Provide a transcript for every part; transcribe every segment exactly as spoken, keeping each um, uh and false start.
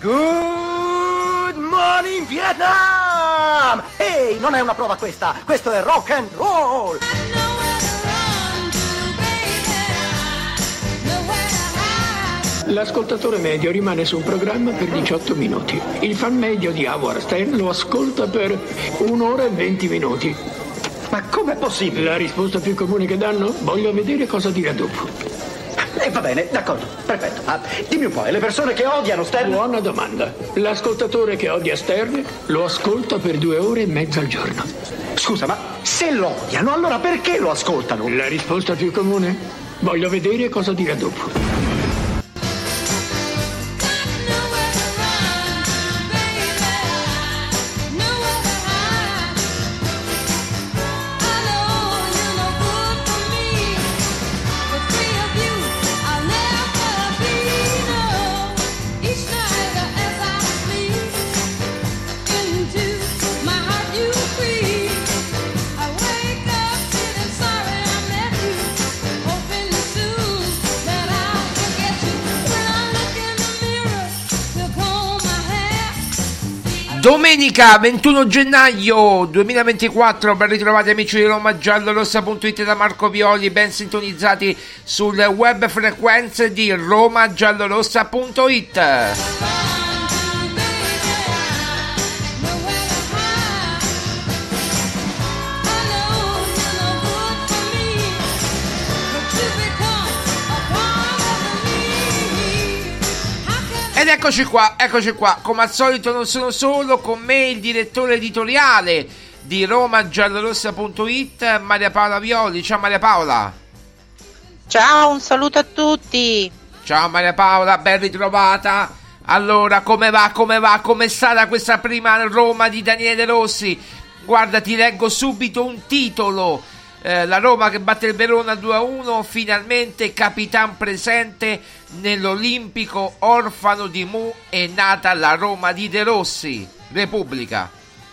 Good morning Vietnam! Ehi, non è una prova questa, questo è rock and roll! L'ascoltatore medio rimane su un programma per diciotto minuti. Il fan medio di Howard Stern lo ascolta per un'ora e venti minuti. Ma com'è possibile? La risposta più comune che danno? Voglio vedere cosa dirà dopo. E eh, va bene, d'accordo, perfetto. Ah, dimmi un po', e le persone che odiano Stern? Buona domanda. L'ascoltatore che odia Stern lo ascolta per due ore e mezza al giorno. Scusa, ma se lo odiano, allora perché lo ascoltano? La risposta più comune? Voglio vedere cosa dirà dopo. Domenica ventuno gennaio duemilaventiquattro, ben ritrovati amici di Roma Giallorossa punto it da Marco Violi, ben sintonizzati sulle web frequenze di Roma Giallorossa punto it. Ed eccoci qua, eccoci qua, come al solito non sono solo, con me il direttore editoriale di Roma Giallorossa punto it, Maria Paola Violi. Ciao Maria Paola. Ciao, un saluto a tutti. Ciao Maria Paola, ben ritrovata. Allora, come va, come va, com'è stata questa prima Roma di Daniele Rossi? Guarda, ti leggo subito un titolo. Eh, la Roma che batte il Verona due a uno, finalmente capitan presente nell'Olimpico orfano di Mu, è nata la Roma di De Rossi. Repubblica.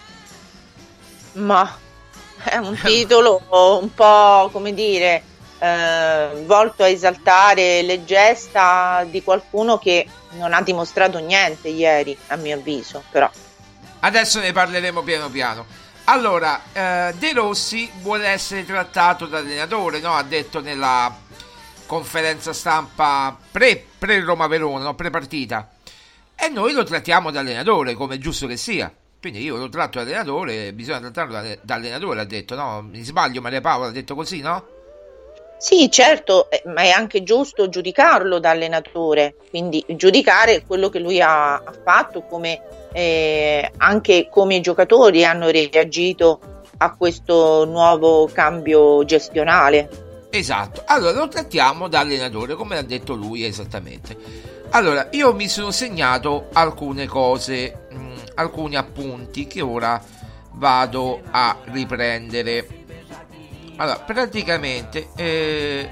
Ma è un titolo un po', come dire, eh, volto a esaltare le gesta di qualcuno che non ha dimostrato niente ieri, a mio avviso, però. Adesso ne parleremo piano piano. Allora, eh, De Rossi vuole essere trattato da allenatore, no? Ha detto nella conferenza stampa pre, pre Roma Verona, no? Pre partita. E noi lo trattiamo da allenatore, come è giusto che sia. Quindi io lo tratto da allenatore, bisogna trattarlo da, da allenatore, ha detto, no? Mi sbaglio, Maria Paola ha detto così, no? Sì, certo, ma è anche giusto giudicarlo da allenatore, quindi giudicare quello che lui ha, ha fatto, come eh, anche come i giocatori hanno reagito a questo nuovo cambio gestionale. Esatto, allora lo trattiamo da allenatore, come ha detto lui esattamente. Allora, io mi sono segnato alcune cose, mh, alcuni appunti che ora vado a riprendere. Allora, praticamente eh,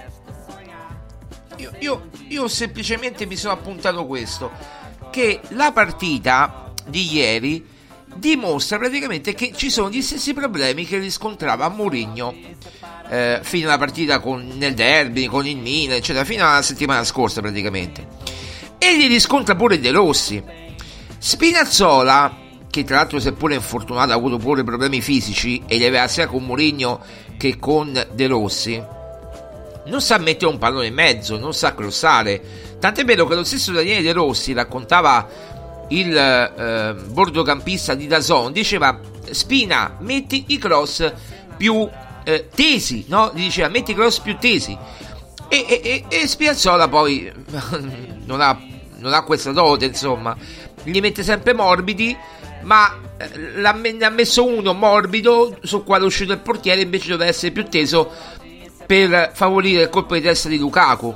io, io, io semplicemente mi sono appuntato questo, che la partita di ieri dimostra praticamente che ci sono gli stessi problemi che riscontrava Mourinho eh, fino alla partita con, nel derby, con il Milan, eccetera, fino alla settimana scorsa praticamente. E li riscontra pure De Rossi. Spinazzola, che tra l'altro seppure infortunato ha avuto pure problemi fisici e li aveva sia con Mourinho che con De Rossi, non sa mettere un pallone in mezzo, non sa crossare, tant'è vero che lo stesso Daniele De Rossi raccontava il eh, bordocampista di D A Z N, diceva: Spina, metti i cross più eh, tesi, no? Gli diceva metti i cross più tesi, e, e, e Spinazzola poi non ha, non ha questa dote, insomma, li mette sempre morbidi, ma l'ha, ne ha messo uno morbido sul quale è uscito il portiere, invece doveva essere più teso per favorire il colpo di testa di Lukaku.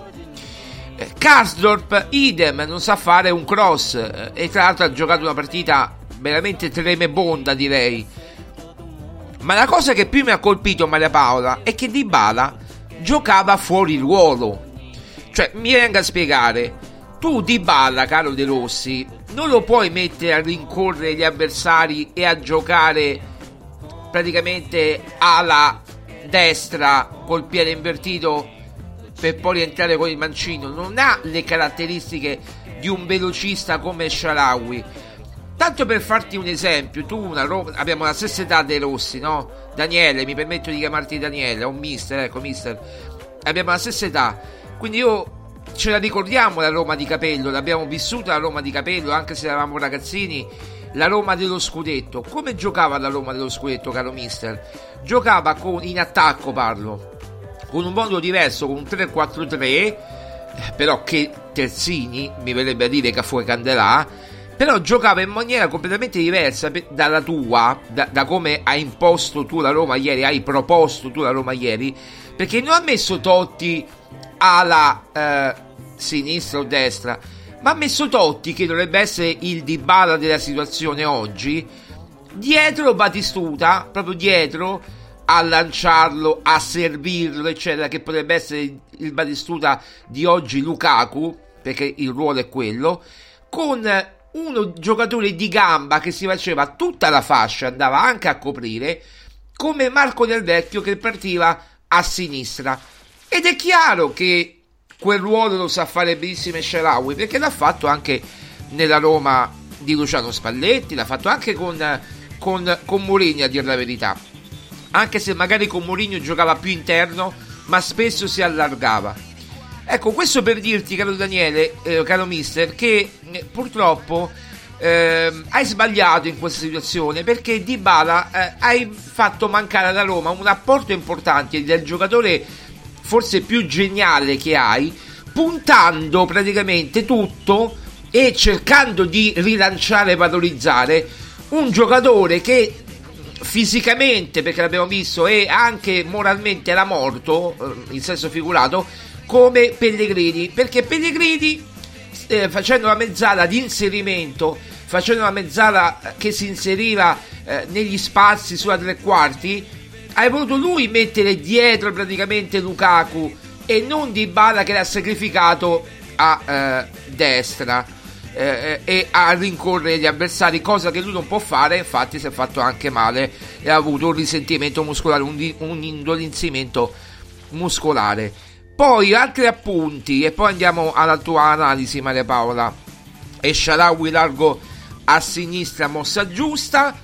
Karsdorp idem, non sa fare un cross, e tra l'altro ha giocato una partita veramente tremebonda, direi. Ma la cosa che più mi ha colpito, Maria Paola, è che Dybala giocava fuori ruolo. Cioè, mi venga a spiegare, tu Dybala, caro De Rossi, non lo puoi mettere a rincorrere gli avversari e a giocare praticamente alla destra col piede invertito per poi rientrare con il mancino. Non ha le caratteristiche di un velocista come Shaarawy. Tanto per farti un esempio, tu una Roma, abbiamo la stessa età dei Rossi, no? Daniele, mi permetto di chiamarti Daniele, o mister, ecco mister, abbiamo la stessa età, quindi io ce la ricordiamo la Roma di Capello, l'abbiamo vissuta la Roma di Capello, anche se eravamo ragazzini, la Roma dello scudetto. Come giocava la Roma dello scudetto, caro mister? Giocava con, in attacco parlo, con un modo diverso, con un tre quattro tre, però che Terzini mi verrebbe a dire che fu Candelà, però giocava in maniera completamente diversa dalla tua, da, da come hai imposto tu la Roma ieri, hai proposto tu la Roma ieri, perché non ha messo Totti alla eh, sinistra o destra, ma ha messo Totti, che dovrebbe essere il Dybala della situazione oggi, dietro Batistuta, proprio dietro, a lanciarlo, a servirlo, eccetera, che potrebbe essere il Batistuta di oggi, Lukaku, perché il ruolo è quello, con uno giocatore di gamba che si faceva tutta la fascia, andava anche a coprire, come Marco Del Vecchio, che partiva a sinistra. Ed è chiaro che quel ruolo lo sa fare benissimo Shaarawy, perché l'ha fatto anche nella Roma di Luciano Spalletti, l'ha fatto anche con, con, con Mourinho, a dire la verità, anche se magari con Mourinho giocava più interno, ma spesso si allargava. Ecco, questo per dirti, caro Daniele, eh, caro mister, che eh, purtroppo eh, hai sbagliato in questa situazione, perché Dybala eh, hai fatto mancare alla Roma un apporto importante del giocatore forse più geniale che hai, puntando praticamente tutto e cercando di rilanciare e valorizzare un giocatore che fisicamente, perché l'abbiamo visto, e anche moralmente era morto, eh, in senso figurato, come Pellegrini, perché Pellegrini eh, facendo la mezzala di inserimento, facendo la mezzala che si inseriva eh, negli spazi sulla tre quarti, hai voluto lui mettere dietro praticamente Lukaku e non Dybala, che l'ha sacrificato a eh, destra eh, e a rincorrere gli avversari, cosa che lui non può fare. Infatti si è fatto anche male e ha avuto un risentimento muscolare, un, un indolenzimento muscolare. Poi altri appunti e poi andiamo alla tua analisi, Maria Paola. E Shaarawy largo a sinistra, mossa giusta,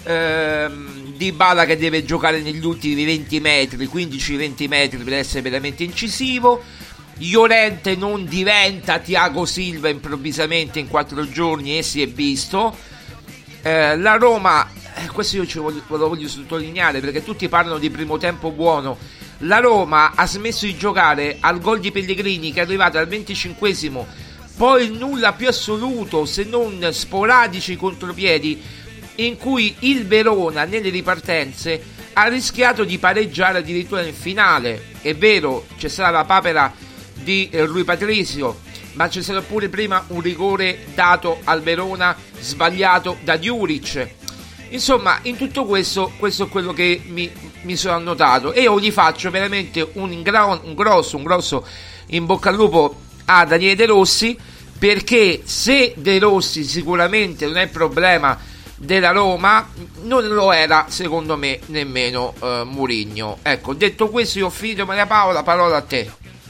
ehm, Dybala che deve giocare negli ultimi venti metri, quindici venti metri, per essere veramente incisivo. Llorente non diventa Thiago Silva improvvisamente in quattro giorni, e si è visto. eh, la Roma, eh, questo io ci voglio, lo voglio sottolineare, perché tutti parlano di primo tempo buono. La Roma ha smesso di giocare al gol di Pellegrini, che è arrivato al venticinquesimo, poi nulla più assoluto se non sporadici contropiedi, in cui il Verona nelle ripartenze ha rischiato di pareggiare addirittura in finale. È vero, c'è stata la papera di eh, Rui Patricio, ma c'è stato pure prima un rigore dato al Verona sbagliato da Djuric. Insomma, in tutto questo, questo è quello che mi, mi sono annotato, e io gli faccio veramente un, ingra- un grosso, un grosso in bocca al lupo a Daniele De Rossi, perché se De Rossi sicuramente non è il problema della Roma, non lo era secondo me nemmeno eh, Mourinho. Ecco, detto questo io ho finito. Maria Paola, parola a te.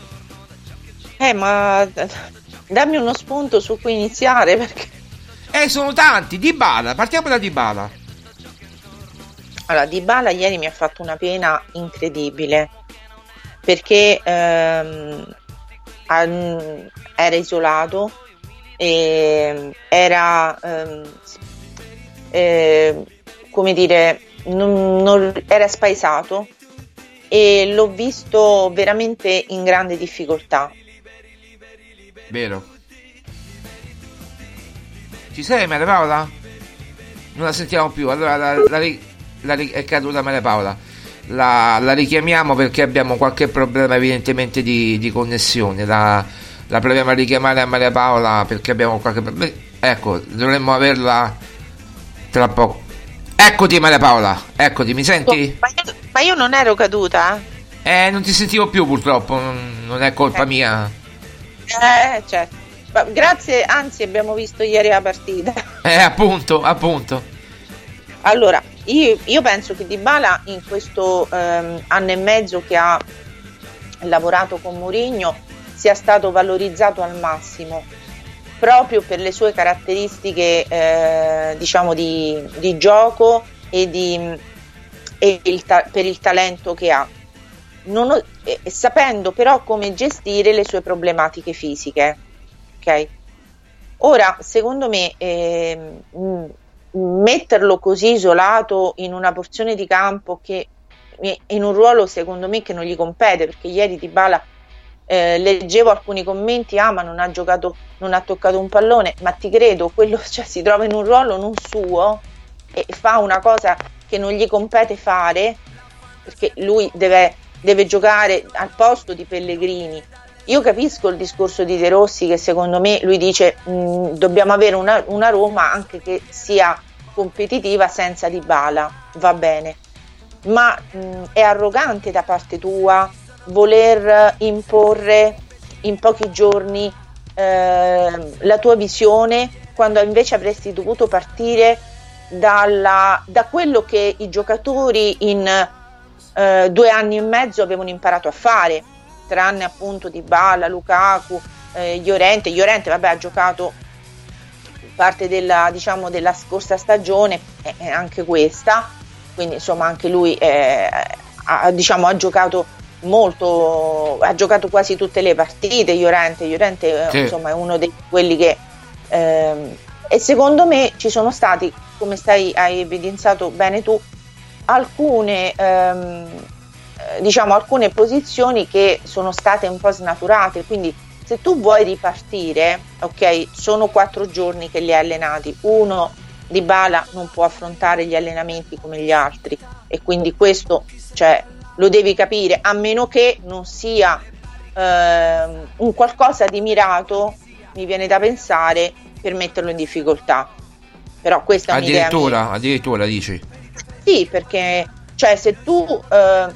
Eh, ma dammi uno spunto su cui iniziare, perché Eh, sono tanti. Dybala, partiamo da Dybala. Allora, Dybala ieri mi ha fatto una pena incredibile, perché ehm, era isolato, e era ehm, eh, come dire, non, non, era spaesato, e l'ho visto veramente in grande difficoltà. Vero. Ci sei, Maria Paola? Non la sentiamo più. Allora la, la, la, la, è caduta Maria Paola. La, la richiamiamo perché abbiamo qualche problema evidentemente di, di connessione. La, la proviamo a richiamare a Maria Paola perché abbiamo qualche problema. Ecco, dovremmo averla tra poco. Eccoti Maria Paola, eccoti, mi senti? Ma io, ma io non ero caduta? Eh, non ti sentivo più purtroppo, non, non è colpa eh. mia. Eh, certo. Grazie, anzi abbiamo visto ieri la partita. Eh, appunto, appunto. Allora, io, io penso che Dybala in questo ehm, anno e mezzo che ha lavorato con Mourinho sia stato valorizzato al massimo, proprio per le sue caratteristiche eh, diciamo di, di gioco e, di, e il ta- per il talento che ha, non ho, eh, sapendo però come gestire le sue problematiche fisiche. Ok? Ora, secondo me, eh, mh, metterlo così isolato in una porzione di campo che in un ruolo secondo me che non gli compete, perché ieri Dybala eh, leggevo alcuni commenti, ah ma non ha giocato, non ha toccato un pallone, ma ti credo, quello, cioè, si trova in un ruolo non suo e fa una cosa che non gli compete fare, perché lui deve, deve giocare al posto di Pellegrini. Io capisco il discorso di De Rossi, che secondo me lui dice mh, dobbiamo avere una, una Roma anche che sia competitiva senza Dybala, va bene, ma mh, è arrogante da parte tua voler imporre in pochi giorni eh, la tua visione, quando invece avresti dovuto partire dalla, da quello che i giocatori in eh, due anni e mezzo avevano imparato a fare, tranne appunto Dybala, Lukaku, eh, Llorente. Llorente vabbè ha giocato parte della, diciamo, della scorsa stagione e eh, anche questa, quindi insomma anche lui eh, ha, diciamo, ha giocato molto, ha giocato quasi tutte le partite. Llorente, Llorente sì. Insomma è uno di quelli che ehm, e secondo me ci sono stati, come stai hai evidenziato bene tu, alcune ehm, diciamo alcune posizioni che sono state un po' snaturate, quindi se tu vuoi ripartire, ok, sono quattro giorni che li hai allenati, uno Dybala non può affrontare gli allenamenti come gli altri e quindi questo, cioè, lo devi capire, a meno che non sia ehm, un qualcosa di mirato, mi viene da pensare, per metterlo in difficoltà. Però questa è un'idea addirittura, mia. addirittura dici? Sì, perché cioè se tu eh,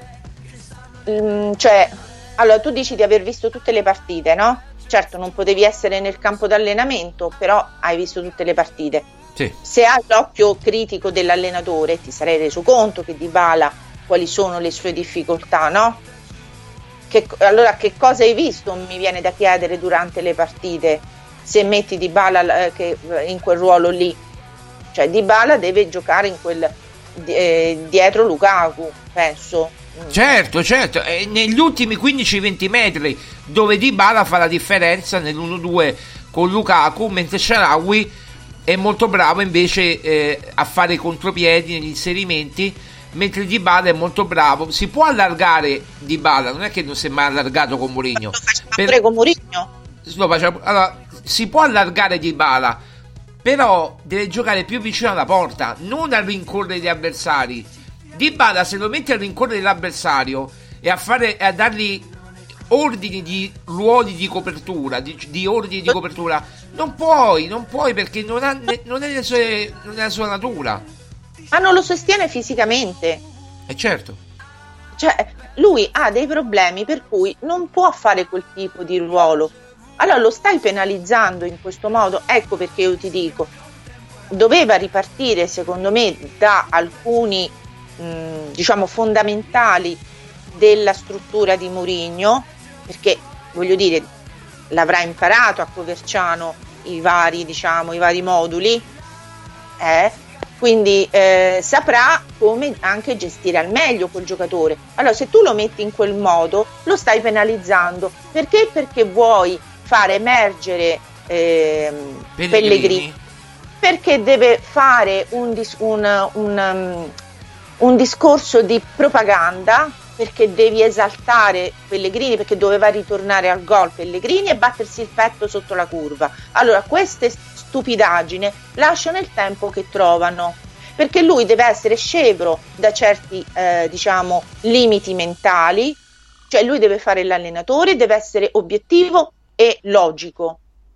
mh, cioè allora tu dici di aver visto tutte le partite, no? Certo, non potevi essere nel campo d'allenamento, però hai visto tutte le partite. Sì. Se hai l'occhio critico dell'allenatore ti sarei reso conto che Dybala quali sono le sue difficoltà, no? Che, allora che cosa hai visto, mi viene da chiedere, durante le partite, se metti Dybala eh, che, in quel ruolo lì? Cioè Dybala deve giocare in quel eh, dietro Lukaku, penso. Certo, certo, e negli ultimi quindici venti metri dove Dybala fa la differenza nell'uno due con Lukaku, mentre Shaarawy è molto bravo invece eh, a fare i contropiedi negli inserimenti, mentre Dybala è molto bravo. Si può allargare Dybala, non è che non si è mai allargato con Mourinho. Lo faceva per... pure con Mourinho. Lo faceva... Allora, si può allargare Dybala, però deve giocare più vicino alla porta, non a rincorrere gli avversari. Dybala, se lo metti a rincorrere l'avversario e a fare e a dargli ordini di ruoli di copertura, di, di ordini di copertura, non puoi, non puoi perché non, ha, non, è nelle sue, non è la sua natura. Ma non lo sostiene fisicamente. E certo. Cioè, lui ha dei problemi per cui non può fare quel tipo di ruolo. Allora lo stai penalizzando in questo modo. Ecco perché io ti dico, doveva ripartire secondo me da alcuni mh, diciamo fondamentali della struttura di Mourinho, perché voglio dire l'avrà imparato a Coverciano i vari diciamo i vari moduli, eh? Quindi eh, saprà come anche gestire al meglio quel giocatore. Allora se tu lo metti in quel modo lo stai penalizzando, perché? Perché vuoi fare emergere eh, Pellegrini. Pellegrini perché deve fare un, dis- un, un, um, un discorso di propaganda, perché devi esaltare Pellegrini, perché doveva ritornare al gol Pellegrini e battersi il petto sotto la curva. Allora queste stupidaggini lasciano il tempo che trovano, perché lui deve essere scevro da certi eh, diciamo limiti mentali, cioè lui deve fare l'allenatore, deve essere obiettivo e logico.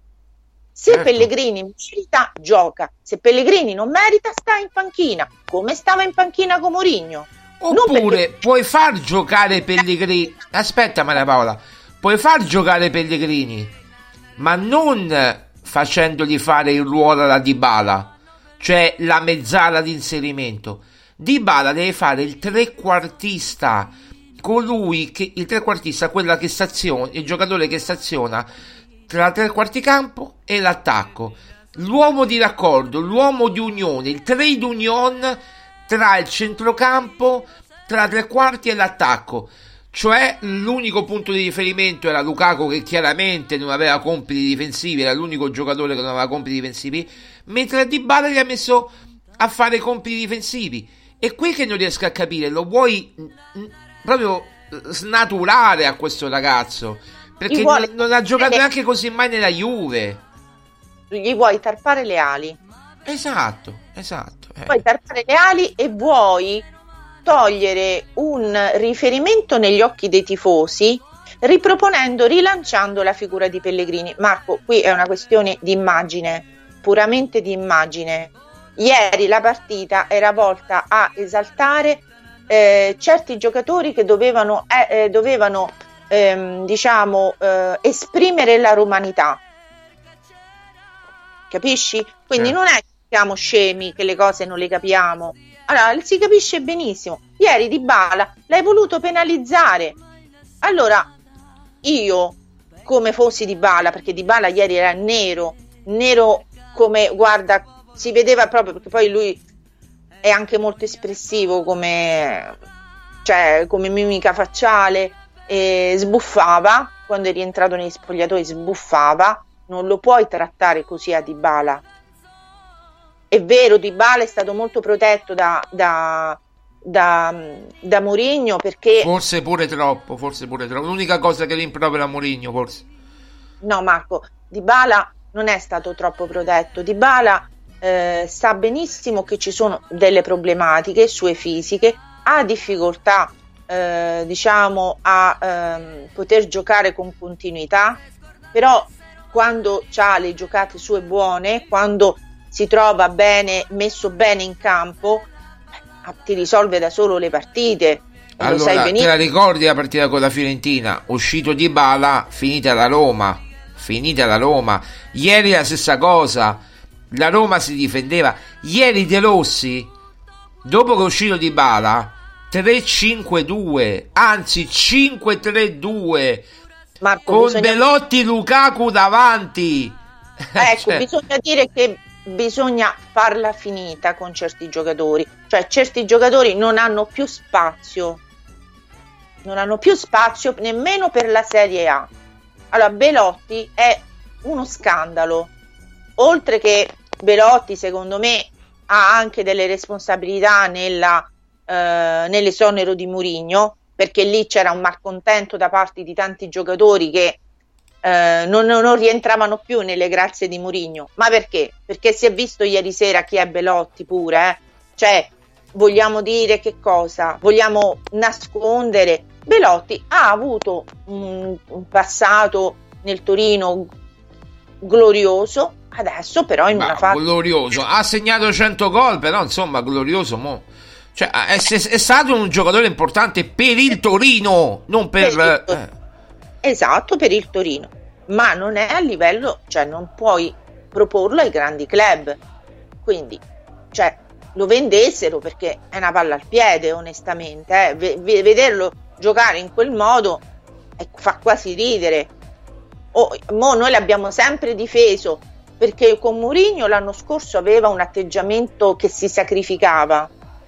Se certo. Pellegrini merita, gioca. Se Pellegrini non merita, sta in panchina, come stava in panchina con Mourinho. Oppure perché... puoi far giocare Pellegrini. Aspetta Maria Paola, puoi far giocare Pellegrini, ma non facendogli fare il ruolo alla Dybala, cioè la mezzala di inserimento. Dybala deve fare il trequartista, colui che il trequartista, quella che staziona, il giocatore che staziona tra tre quarti campo e l'attacco, l'uomo di raccordo, l'uomo di unione, il trade union tra il centrocampo, tra tre quarti e l'attacco. Cioè l'unico punto di riferimento era Lukaku, che chiaramente non aveva compiti difensivi, era l'unico giocatore che non aveva compiti difensivi, mentre a Dybala gli ha messo a fare compiti difensivi. E qui che non riesco a capire, lo vuoi proprio snaturare a questo ragazzo, perché vuole, non, non ha giocato neanche così mai nella Juve. Gli vuoi tarpare le ali. Esatto, esatto. Eh. Vuoi tarpare le ali e vuoi togliere un riferimento negli occhi dei tifosi, riproponendo, rilanciando la figura di Pellegrini. Marco, qui è una questione di immagine, puramente di immagine. Ieri la partita era volta a esaltare eh, certi giocatori che dovevano, eh, dovevano ehm, diciamo, eh, esprimere la romanità. Capisci? Quindi eh. non è che siamo scemi, che le cose non le capiamo. Allora, si capisce benissimo. Ieri Dybala l'hai voluto penalizzare. Allora, io, come fossi Dybala, perché Dybala ieri era nero, nero come, guarda, si vedeva proprio, perché poi lui è anche molto espressivo come, cioè, come mimica facciale, e sbuffava, quando è rientrato negli spogliatoi sbuffava. Non lo puoi trattare così a Dybala. È vero, Dybala è stato molto protetto da, da, da, da Mourinho, perché forse pure troppo, forse pure troppo. L'unica cosa che rimprovera Mourinho, forse. No, Marco, Dybala non è stato troppo protetto. Dybala eh, sa benissimo che ci sono delle problematiche sue fisiche, ha difficoltà eh, diciamo a ehm, poter giocare con continuità, però quando ha le giocate sue buone, quando si trova bene, messo bene in campo, ti risolve da solo le partite. Allora, lo sai benissimo. Te la ricordi la partita con la Fiorentina? Uscito Dybala, finita la Roma, finita la Roma. Ieri la stessa cosa, la Roma si difendeva. Ieri De Rossi, dopo che è uscito Dybala, tre cinque due, anzi cinque tre due, Marco, con bisogna... Belotti, Lukaku davanti. Ecco, cioè... bisogna dire che bisogna farla finita con certi giocatori, cioè certi giocatori non hanno più spazio, non hanno più spazio nemmeno per la Serie A. Allora, Belotti è uno scandalo, oltre che Belotti secondo me ha anche delle responsabilità nella, eh, nell'esonero di Mourinho, perché lì c'era un malcontento da parte di tanti giocatori che Uh, non, non rientravano più nelle grazie di Mourinho. Ma perché? Perché si è visto ieri sera chi è Belotti pure, eh? Cioè, vogliamo dire che cosa? Vogliamo nascondere? Belotti ha avuto un, un passato nel Torino glorioso, adesso però in Ma una fase... glorioso, ha segnato cento gol, però insomma glorioso mo. Cioè, è, è stato un giocatore importante per il Torino, non per... per il... eh. Esatto, per il Torino, ma non è a livello, cioè non puoi proporlo ai grandi club, quindi cioè lo vendessero, perché è una palla al piede onestamente, eh. v- vederlo giocare in quel modo eh, fa quasi ridere. Oh, mo noi l'abbiamo sempre difeso, perché con Mourinho l'anno scorso aveva un atteggiamento che si sacrificava.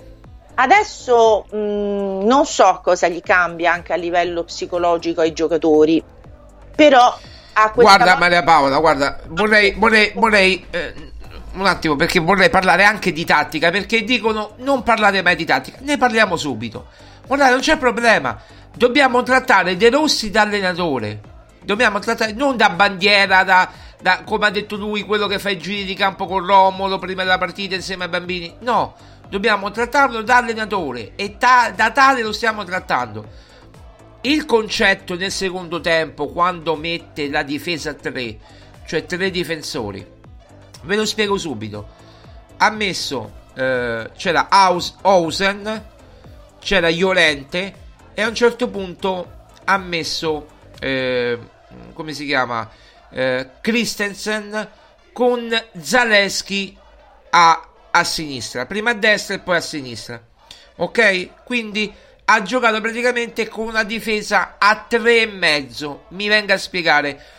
Adesso mh, non so cosa gli cambia anche a livello psicologico ai giocatori, però a questa guarda Maria Paola, guarda, vorrei, vorrei, vorrei eh, un attimo, perché vorrei parlare anche di tattica, perché dicono non parlate mai di tattica, ne parliamo subito. Guardate, non c'è problema, dobbiamo trattare De Rossi da allenatore, dobbiamo trattare non da bandiera, da, da come ha detto lui, quello che fa i giri di campo con Romolo prima della partita insieme ai bambini, no. Dobbiamo trattarlo da allenatore e ta- da tale lo stiamo trattando. Il concetto nel secondo tempo, quando mette la difesa a tre, cioè tre difensori, ve lo spiego subito. Ha messo eh, c'era Aus- Hausen, c'era Llorente e a un certo punto ha messo eh, come si chiama eh, Christensen con Zalewski a a sinistra, prima a destra e poi a sinistra, ok? Quindi ha giocato praticamente con una difesa a tre e mezzo. Mi venga a spiegare,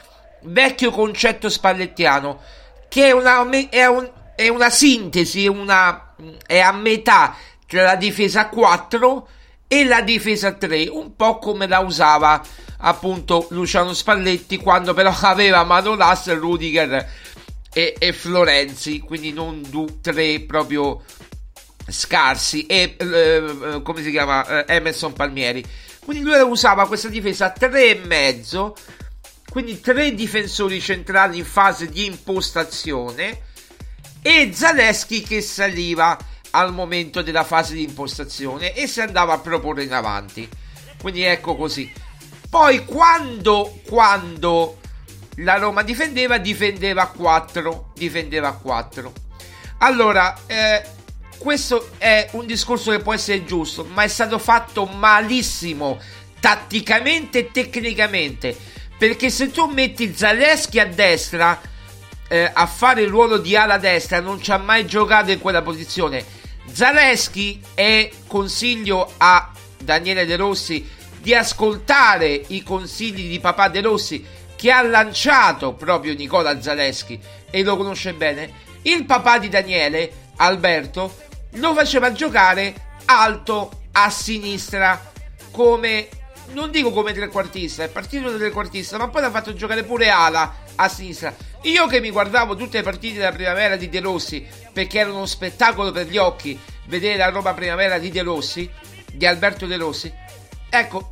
vecchio concetto spallettiano, che è una, è un, è una sintesi, è, una, è a metà tra la difesa a quattro e la difesa a tre, un po' come la usava appunto Luciano Spalletti quando però aveva Manolas, Rudiger e, e Florenzi, quindi non du, tre proprio scarsi, e eh, come si chiama, eh, Emerson Palmieri. Quindi lui usava questa difesa a tre e mezzo, quindi tre difensori centrali in fase di impostazione e Zalewski che saliva al momento della fase di impostazione e si andava a proporre in avanti. Quindi ecco così. Poi quando, quando la Roma difendeva, difendeva a quattro, difendeva a quattro. Allora, eh, questo è un discorso che può essere giusto, ma è stato fatto malissimo tatticamente e tecnicamente, perché se tu metti Zalewski a destra eh, a fare il ruolo di ala destra, non ci ha mai giocato in quella posizione. Zalewski, e consiglio a Daniele De Rossi di ascoltare i consigli di papà De Rossi, che ha lanciato proprio Nicola Zalewski e lo conosce bene. Il papà di Daniele, Alberto, lo faceva giocare alto a sinistra, come, non dico come trequartista, è partito da trequartista, ma poi l'ha fatto giocare pure ala a sinistra. Io che mi guardavo tutte le partite della primavera di De Rossi, perché era uno spettacolo per gli occhi vedere la Roma primavera di De Rossi, di Alberto De Rossi, ecco,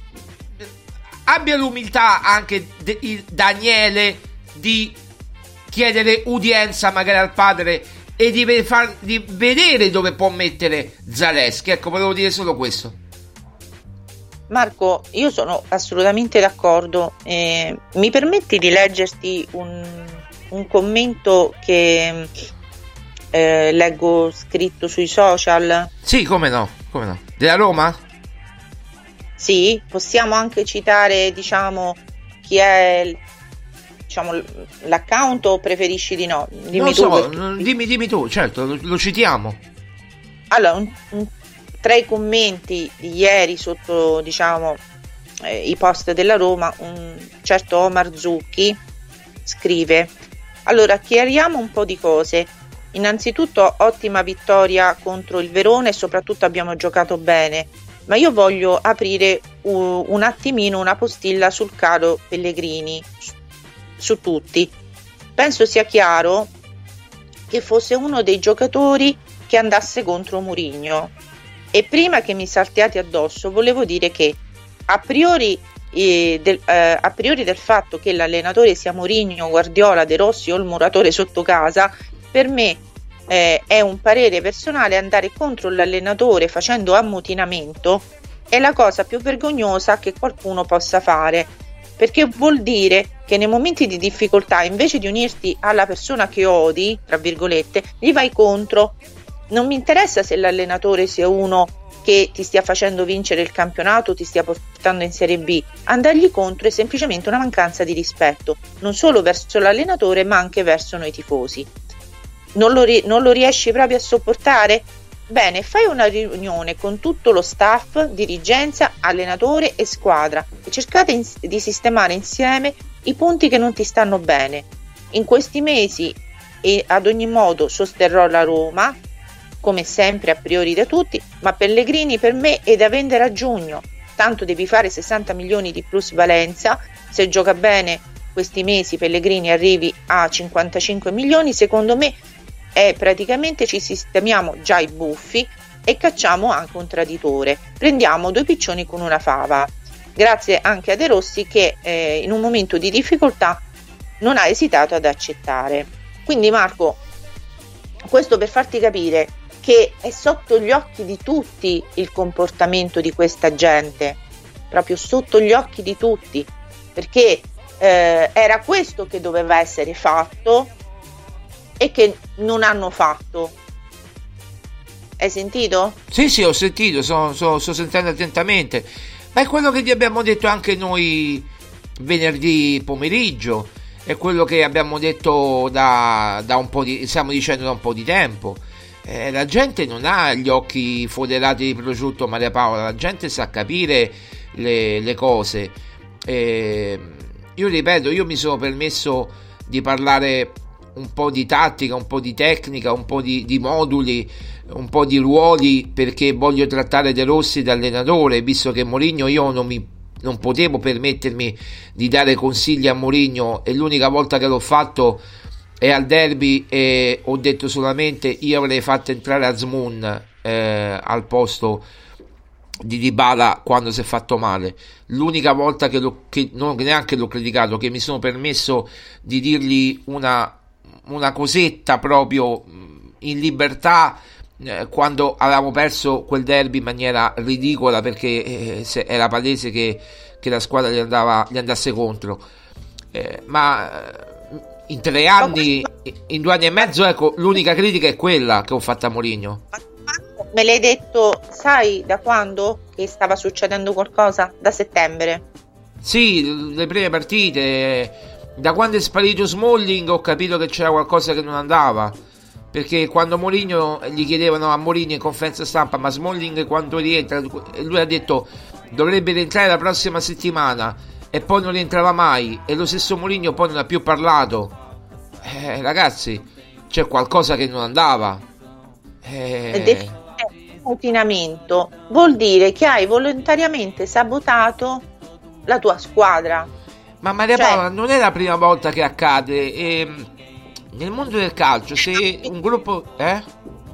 abbia l'umiltà anche de, il Daniele di chiedere udienza magari al padre e di, far, di vedere dove può mettere Zalewski. Ecco, volevo dire solo questo. Marco, io sono assolutamente d'accordo. Eh, mi permetti di leggerti un, un commento che eh, leggo scritto sui social? Sì, come no, come no. Della Roma? Sì, possiamo anche citare, diciamo, chi è, diciamo, l'account, o preferisci di no? Dimmi non tu, so, perché... dimmi, dimmi tu, certo, lo, lo citiamo. Allora, un, un, tra i commenti di ieri sotto, diciamo, eh, i post della Roma, un certo Omar Zucchi scrive: allora, chiariamo un po' di cose. Innanzitutto, ottima vittoria contro il Verona e soprattutto abbiamo giocato bene, ma io voglio aprire uh, un attimino una postilla sul caro Pellegrini, su, su tutti. Penso sia chiaro che fosse uno dei giocatori che andasse contro Mourinho, e prima che mi saltiate addosso volevo dire che a priori, eh, del, eh, a priori del fatto che l'allenatore sia Mourinho, Guardiola, De Rossi o il muratore sotto casa, per me eh, è un parere personale, andare contro l'allenatore facendo ammutinamento è la cosa più vergognosa che qualcuno possa fare, perché vuol dire che nei momenti di difficoltà, invece di unirti alla persona che odi, tra virgolette, gli vai contro. Non mi interessa se l'allenatore sia uno che ti stia facendo vincere il campionato, ti stia portando in Serie B. Andargli contro è semplicemente una mancanza di rispetto, non solo verso l'allenatore ma anche verso noi tifosi. Non lo, ri- non lo riesci proprio a sopportare? Bene, fai una riunione con tutto lo staff, dirigenza, allenatore e squadra e cercate in- di sistemare insieme i punti che non ti stanno bene. In questi mesi e ad ogni modo sosterrò la Roma, come sempre a priori da tutti, ma Pellegrini per me è da vendere a giugno, tanto devi fare sessanta milioni di plusvalenza. Se gioca bene questi mesi Pellegrini arrivi a cinquantacinque milioni, secondo me è praticamente ci sistemiamo già i buffi e cacciamo anche un traditore, prendiamo due piccioni con una fava. Grazie anche a De Rossi che eh, in un momento di difficoltà non ha esitato ad accettare. Quindi Marco, questo per farti capire che è sotto gli occhi di tutti il comportamento di questa gente, proprio sotto gli occhi di tutti, perché eh, era questo che doveva essere fatto e che non hanno fatto. Hai sentito? Sì, sì, ho sentito, sto, sto, sto sentendo attentamente, ma è quello che vi abbiamo detto anche noi venerdì pomeriggio, è quello che abbiamo detto da, da un po' di, stiamo dicendo da un po' di tempo. Eh, la gente non ha gli occhi foderati di prosciutto, Maria Paola, la gente sa capire le, le cose, eh, io ripeto, io mi sono permesso di parlare un po' di tattica, un po' di tecnica, un po' di, di moduli, un po' di ruoli, perché voglio trattare De Rossi da allenatore, visto che Mourinho io non mi non potevo permettermi di dare consigli a Mourinho, e l'unica volta che l'ho fatto è al derby, e ho detto solamente io avrei fatto entrare Azmoun eh, al posto di Dybala quando si è fatto male. L'unica volta che, lo, che non neanche l'ho criticato, che mi sono permesso di dirgli una, una cosetta proprio in libertà, eh, quando avevamo perso quel derby in maniera ridicola, perché eh, se, era palese che, che la squadra gli, andava, gli andasse contro, eh, ma in tre anni, in due anni e mezzo, ecco, l'unica critica è quella che ho fatto a Mourinho. Me l'hai detto, sai da quando che stava succedendo qualcosa? Da settembre. Sì, le prime partite, da quando è sparito Smalling ho capito che c'era qualcosa che non andava, perché quando Mourinho gli chiedevano a Mourinho in conferenza stampa ma Smalling quando rientra, e lui ha detto dovrebbe rientrare la prossima settimana, e poi non rientrava mai, e lo stesso Mourinho poi non ha più parlato. Eh, ragazzi, c'è qualcosa che non andava. Eh... Mutinamento vuol dire che hai volontariamente sabotato la tua squadra. Ma Maria cioè... Paola, non è la prima volta che accade. E, nel mondo del calcio, se un gruppo... Eh?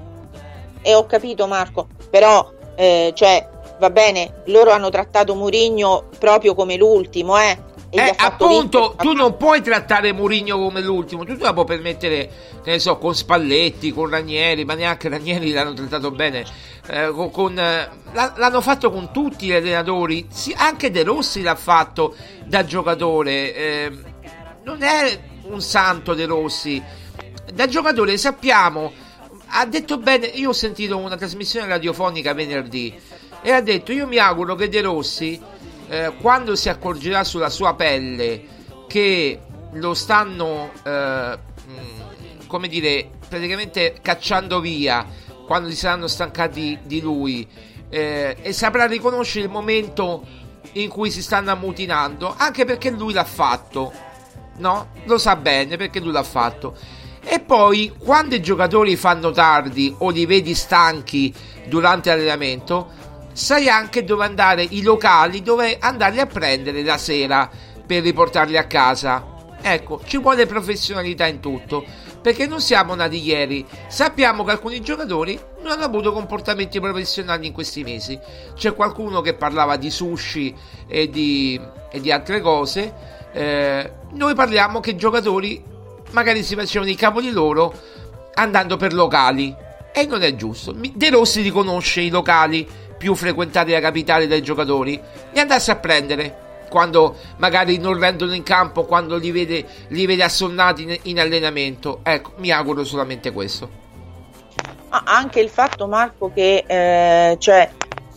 E ho capito, Marco, però eh, cioè va bene, loro hanno trattato Mourinho proprio come l'ultimo, eh. E Eh, appunto, vincere. Tu non puoi trattare Mourinho come l'ultimo, tu te la puoi permettere, che ne so, con Spalletti, con Ranieri, ma neanche Ranieri l'hanno trattato bene, eh, con, con, eh, l'hanno fatto con tutti gli allenatori, sì, anche De Rossi l'ha fatto da giocatore, eh, non è un santo De Rossi, da giocatore sappiamo, ha detto bene, io ho sentito una trasmissione radiofonica venerdì e ha detto io mi auguro che De Rossi, Eh, quando si accorgerà sulla sua pelle che lo stanno eh, mh, come dire, praticamente cacciando via, quando si saranno stancati di lui, eh, e saprà riconoscere il momento in cui si stanno ammutinando, anche perché lui l'ha fatto, no? Lo sa bene perché lui l'ha fatto. E poi quando i giocatori fanno tardi o li vedi stanchi durante l'allenamento, sai anche dove andare, i locali dove andarli a prendere la sera per riportarli a casa. Ecco, ci vuole professionalità in tutto, perché non siamo nati ieri. Sappiamo che alcuni giocatori non hanno avuto comportamenti professionali in questi mesi. C'è qualcuno che parlava di sushi e di, e di altre cose. Eh, noi parliamo che i giocatori magari si facevano i cavoli loro andando per locali, e non è giusto. De Rossi riconosce i locali più frequentati da capitale dai giocatori, li andasse a prendere quando magari non rendono in campo, quando li vede, li vede assonnati in, in allenamento. Ecco, mi auguro solamente questo. Ah, anche il fatto, Marco, che eh, cioè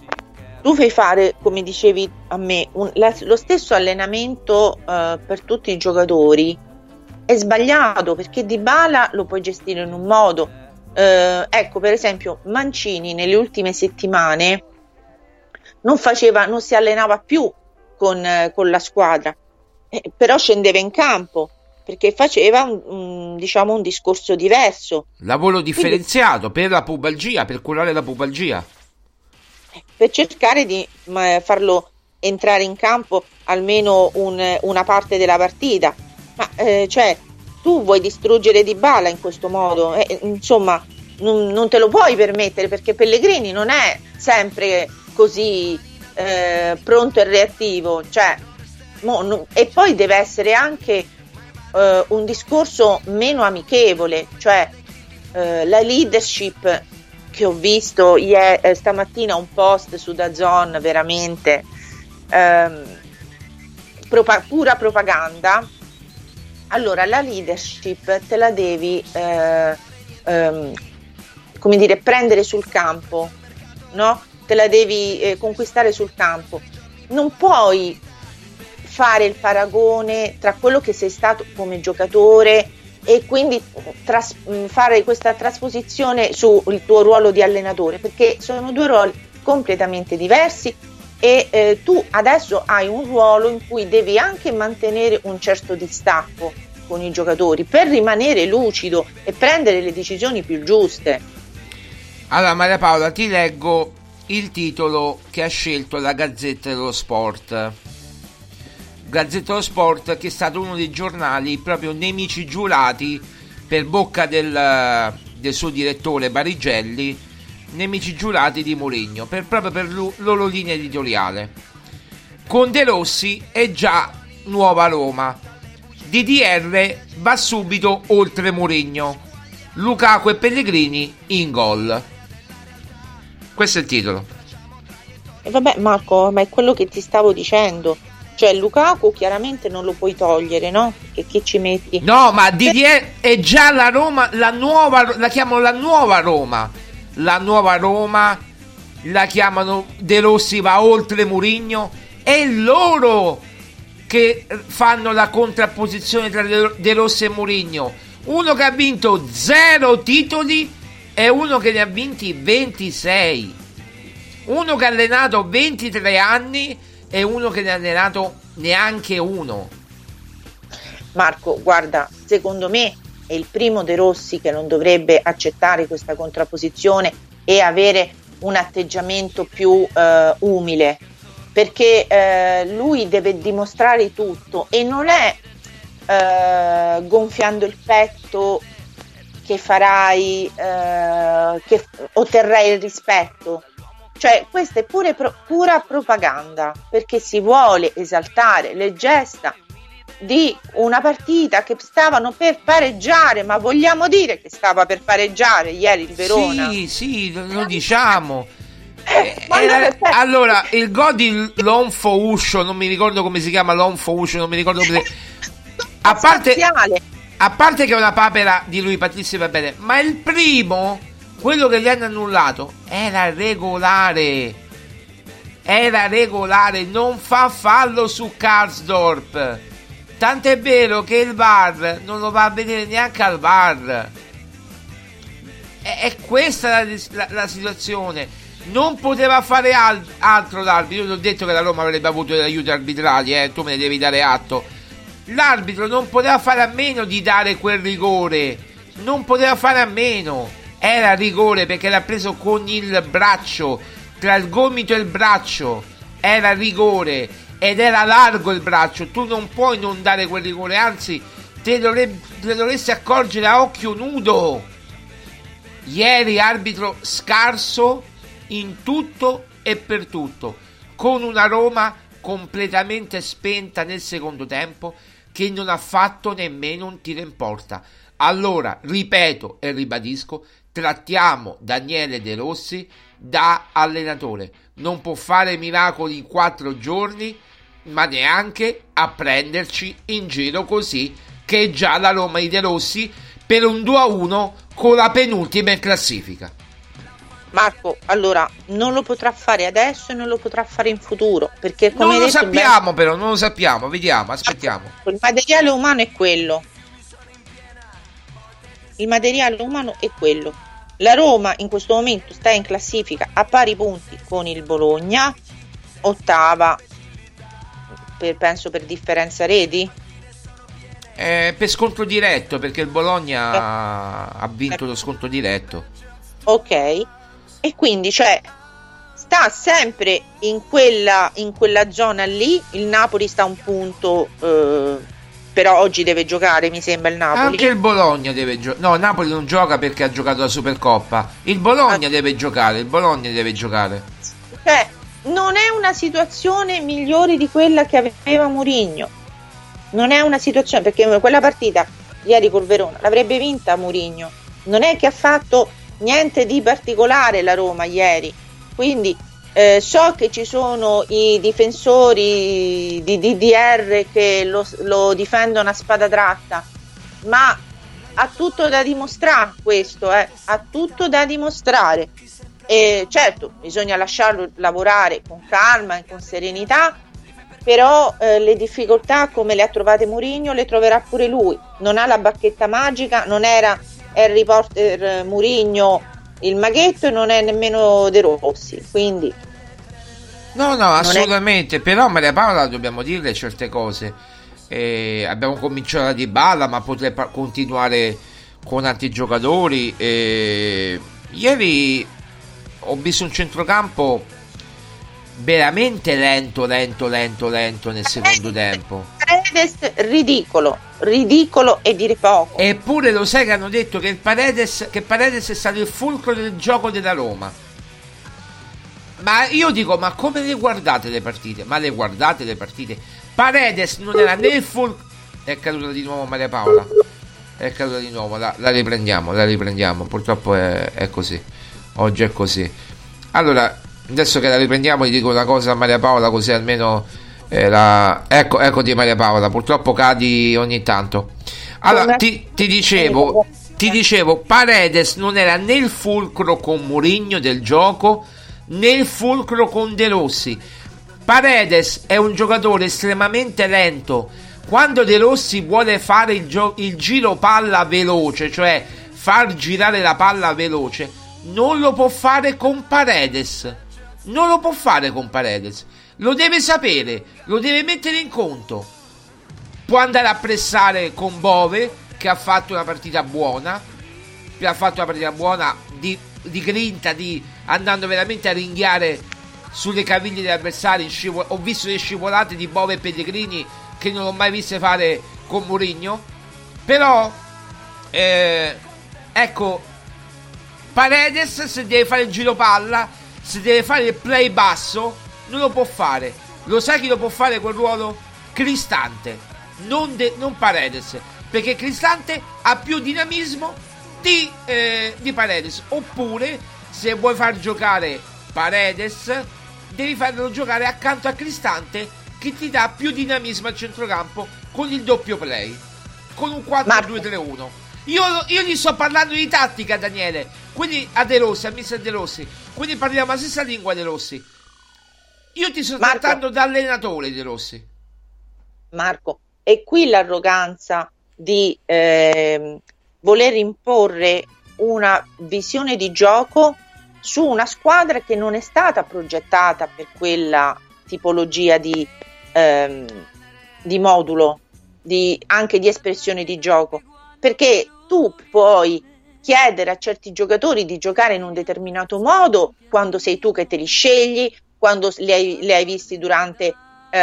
tu fai fare, come dicevi a me, un, la, lo stesso allenamento eh, per tutti i giocatori è sbagliato, perché Dybala lo puoi gestire in un modo. Eh, ecco, per esempio Mancini nelle ultime settimane non faceva, non si allenava più con, eh, con la squadra, eh, però scendeva in campo perché faceva un, un, diciamo un discorso diverso, lavoro differenziato. Quindi, per la pubalgia, per curare la pubalgia, per cercare di ma, farlo entrare in campo almeno un, una parte della partita. Ma eh, cioè tu vuoi distruggere Dybala in questo modo? Eh, insomma, non, non te lo puoi permettere, perché Pellegrini non è sempre così eh, pronto e reattivo. Cioè, mo, no, e poi deve essere anche eh, un discorso meno amichevole. Cioè, eh, la leadership che ho visto ieri, eh, stamattina un post su DAZN, veramente ehm, propa- pura propaganda. Allora, la leadership te la devi eh, ehm, come dire, prendere sul campo, no? Te la devi eh, conquistare sul campo. Non puoi fare il paragone tra quello che sei stato come giocatore e quindi tras- fare questa trasposizione sul tuo ruolo di allenatore, perché sono due ruoli completamente diversi e eh, tu adesso hai un ruolo in cui devi anche mantenere un certo distacco con i giocatori per rimanere lucido e prendere le decisioni più giuste. Allora Maria Paola, ti leggo il titolo che ha scelto la Gazzetta dello Sport. Gazzetta dello Sport, che è stato uno dei giornali proprio nemici giurati per bocca del, del suo direttore Barigelli, nemici giurati di Mourinho, per, proprio per la loro linea editoriale. Con De Rossi è già nuova Roma. D D R va subito oltre Mourinho. Lukaku e Pellegrini in gol. Questo è il titolo. E vabbè Marco, ma è quello che ti stavo dicendo. Cioè Lukaku chiaramente non lo puoi togliere, no? Che, che ci metti? No, ma D D R è già la Roma, la nuova, la chiamano la nuova Roma. La nuova Roma, la chiamano De Rossi va oltre Mourinho. È loro che fanno la contrapposizione tra De Rossi e Mourinho. Uno che ha vinto zero titoli e uno che ne ha vinti ventisei. Uno che ha allenato ventitré anni e uno che ne ha allenato neanche uno. Marco, guarda, secondo me è il primo De Rossi che non dovrebbe accettare questa contrapposizione e avere un atteggiamento più eh, umile, perché eh, lui deve dimostrare tutto e non è eh, gonfiando il petto che farai, eh, che otterrai il rispetto. Cioè questa è pure pro- pura propaganda, perché si vuole esaltare le gesta di una partita che stavano per pareggiare, ma vogliamo dire che stava per pareggiare ieri il Verona? Sì, sì, lo, lo diciamo. Eh, Era, allora, il gol di Lonfo Uscio, non mi ricordo come si chiama, Lonfo Uscio, non mi ricordo come si... a parte, a parte che è una papera di lui, Patrizio, va bene, ma il primo, quello che gli hanno annullato, era regolare. Era regolare, non fa fallo su Karsdorp. Tant'è vero che il V A R non lo va a vedere neanche al V A R. È, è questa la, la, la situazione. Non poteva fare al, altro l'arbitro. Io ti ho detto che la Roma avrebbe avuto degli aiuti arbitrali, eh, tu me ne devi dare atto. L'arbitro non poteva fare a meno di dare quel rigore. Non poteva fare a meno. Era rigore perché l'ha preso con il braccio, tra il gomito e il braccio. Era rigore ed era largo il braccio. Tu non puoi non dare quel rigore, anzi te, dovrebbe, te dovresti accorgere a occhio nudo. Ieri arbitro scarso in tutto e per tutto, con una Roma completamente spenta nel secondo tempo, che non ha fatto nemmeno un tiro in porta. Allora, ripeto e ribadisco, trattiamo Daniele De Rossi da allenatore. Non può fare miracoli in quattro giorni, ma neanche a prenderci in giro così, che è già la Roma di De Rossi per un due a uno con la penultima in classifica. Marco, allora non lo potrà fare adesso e non lo potrà fare in futuro, perché come non lo detto, sappiamo, beh, però non lo sappiamo, vediamo, aspettiamo. Il materiale umano è quello. Il materiale umano è quello. La Roma in questo momento sta in classifica a pari punti con il Bologna, ottava, per, penso per differenza reti. Eh, per scontro diretto, perché il Bologna eh. ha vinto lo scontro diretto. Ok. E quindi, cioè, sta sempre in quella, in quella zona lì. Il Napoli sta a un punto, eh, però oggi deve giocare, mi sembra, il Napoli. Anche il Bologna deve giocare. No, il Napoli non gioca perché ha giocato la Supercoppa. Il Bologna ah. deve giocare, il Bologna deve giocare. Cioè, non è una situazione migliore di quella che aveva Mourinho. Non è una situazione, perché quella partita ieri col Verona l'avrebbe vinta Mourinho. Non è che ha fatto niente di particolare la Roma ieri, quindi eh, so che ci sono i difensori di D D R che lo, lo difendono a spada tratta, ma ha tutto da dimostrare questo, eh, ha tutto da dimostrare. E certo, bisogna lasciarlo lavorare con calma e con serenità, però eh, le difficoltà come le ha trovate Mourinho le troverà pure lui. Non ha la bacchetta magica, non era Harry Potter Mourinho il maghetto e non è nemmeno De Rossi, quindi No, no, assolutamente, è... però Maria Paola dobbiamo dirle certe cose. Eh, abbiamo cominciato da Dybala, ma potrei pa- continuare con altri giocatori. Eh, ieri ho visto un centrocampo veramente lento, lento, lento, lento nel secondo tempo. Paredes ridicolo, ridicolo e dire poco. Eppure lo sai che hanno detto che il Paredes, che Paredes è stato il fulcro del gioco della Roma. Ma io dico, ma come le guardate le partite? Ma le guardate le partite? Paredes non era né il fulcro. È caduta di nuovo Maria Paola. È caduta di nuovo, la, la riprendiamo, la riprendiamo. Purtroppo è, è così. Oggi è così. Allora, adesso che la riprendiamo gli dico una cosa a Maria Paola, così almeno eh, la... ecco, eccoti Maria Paola, purtroppo cadi ogni tanto. Allora, ti, ti dicevo ti dicevo Paredes non era né il fulcro con Mourinho del gioco né il fulcro con De Rossi. Paredes è un giocatore estremamente lento. Quando De Rossi vuole fare il, gio- il giro palla veloce, cioè far girare la palla veloce, non lo può fare con Paredes. Non lo può fare con Paredes. Lo deve sapere, lo deve mettere in conto. Può andare a pressare con Bove, che ha fatto una partita buona, che ha fatto una partita buona di, di grinta, di andando veramente a ringhiare sulle caviglie degli avversari. Scivol- ho visto le scivolate di Bove e Pellegrini che non ho mai viste fare con Mourinho. Però eh, ecco, Paredes, se deve fare il giro palla, se deve fare il play basso, non lo può fare. Lo sai chi lo può fare quel ruolo? Cristante, non, de- non Paredes, perché Cristante ha più dinamismo di, eh, di Paredes. Oppure, se vuoi far giocare Paredes, devi farlo giocare accanto a Cristante, che ti dà più dinamismo al centrocampo con il doppio play, con un quattro due tre uno. Io, io gli sto parlando di tattica, Daniele, quindi a De Rossi, a mister De Rossi, quindi parliamo la stessa lingua, De Rossi. Io ti sto Marco, trattando da allenatore, De Rossi. Marco, è qui l'arroganza di eh, voler imporre una visione di gioco su una squadra che non è stata progettata per quella tipologia di, ehm, di modulo, di, anche di espressione di gioco, perché tu puoi chiedere a certi giocatori di giocare in un determinato modo quando sei tu che te li scegli, quando li hai, li hai visti durante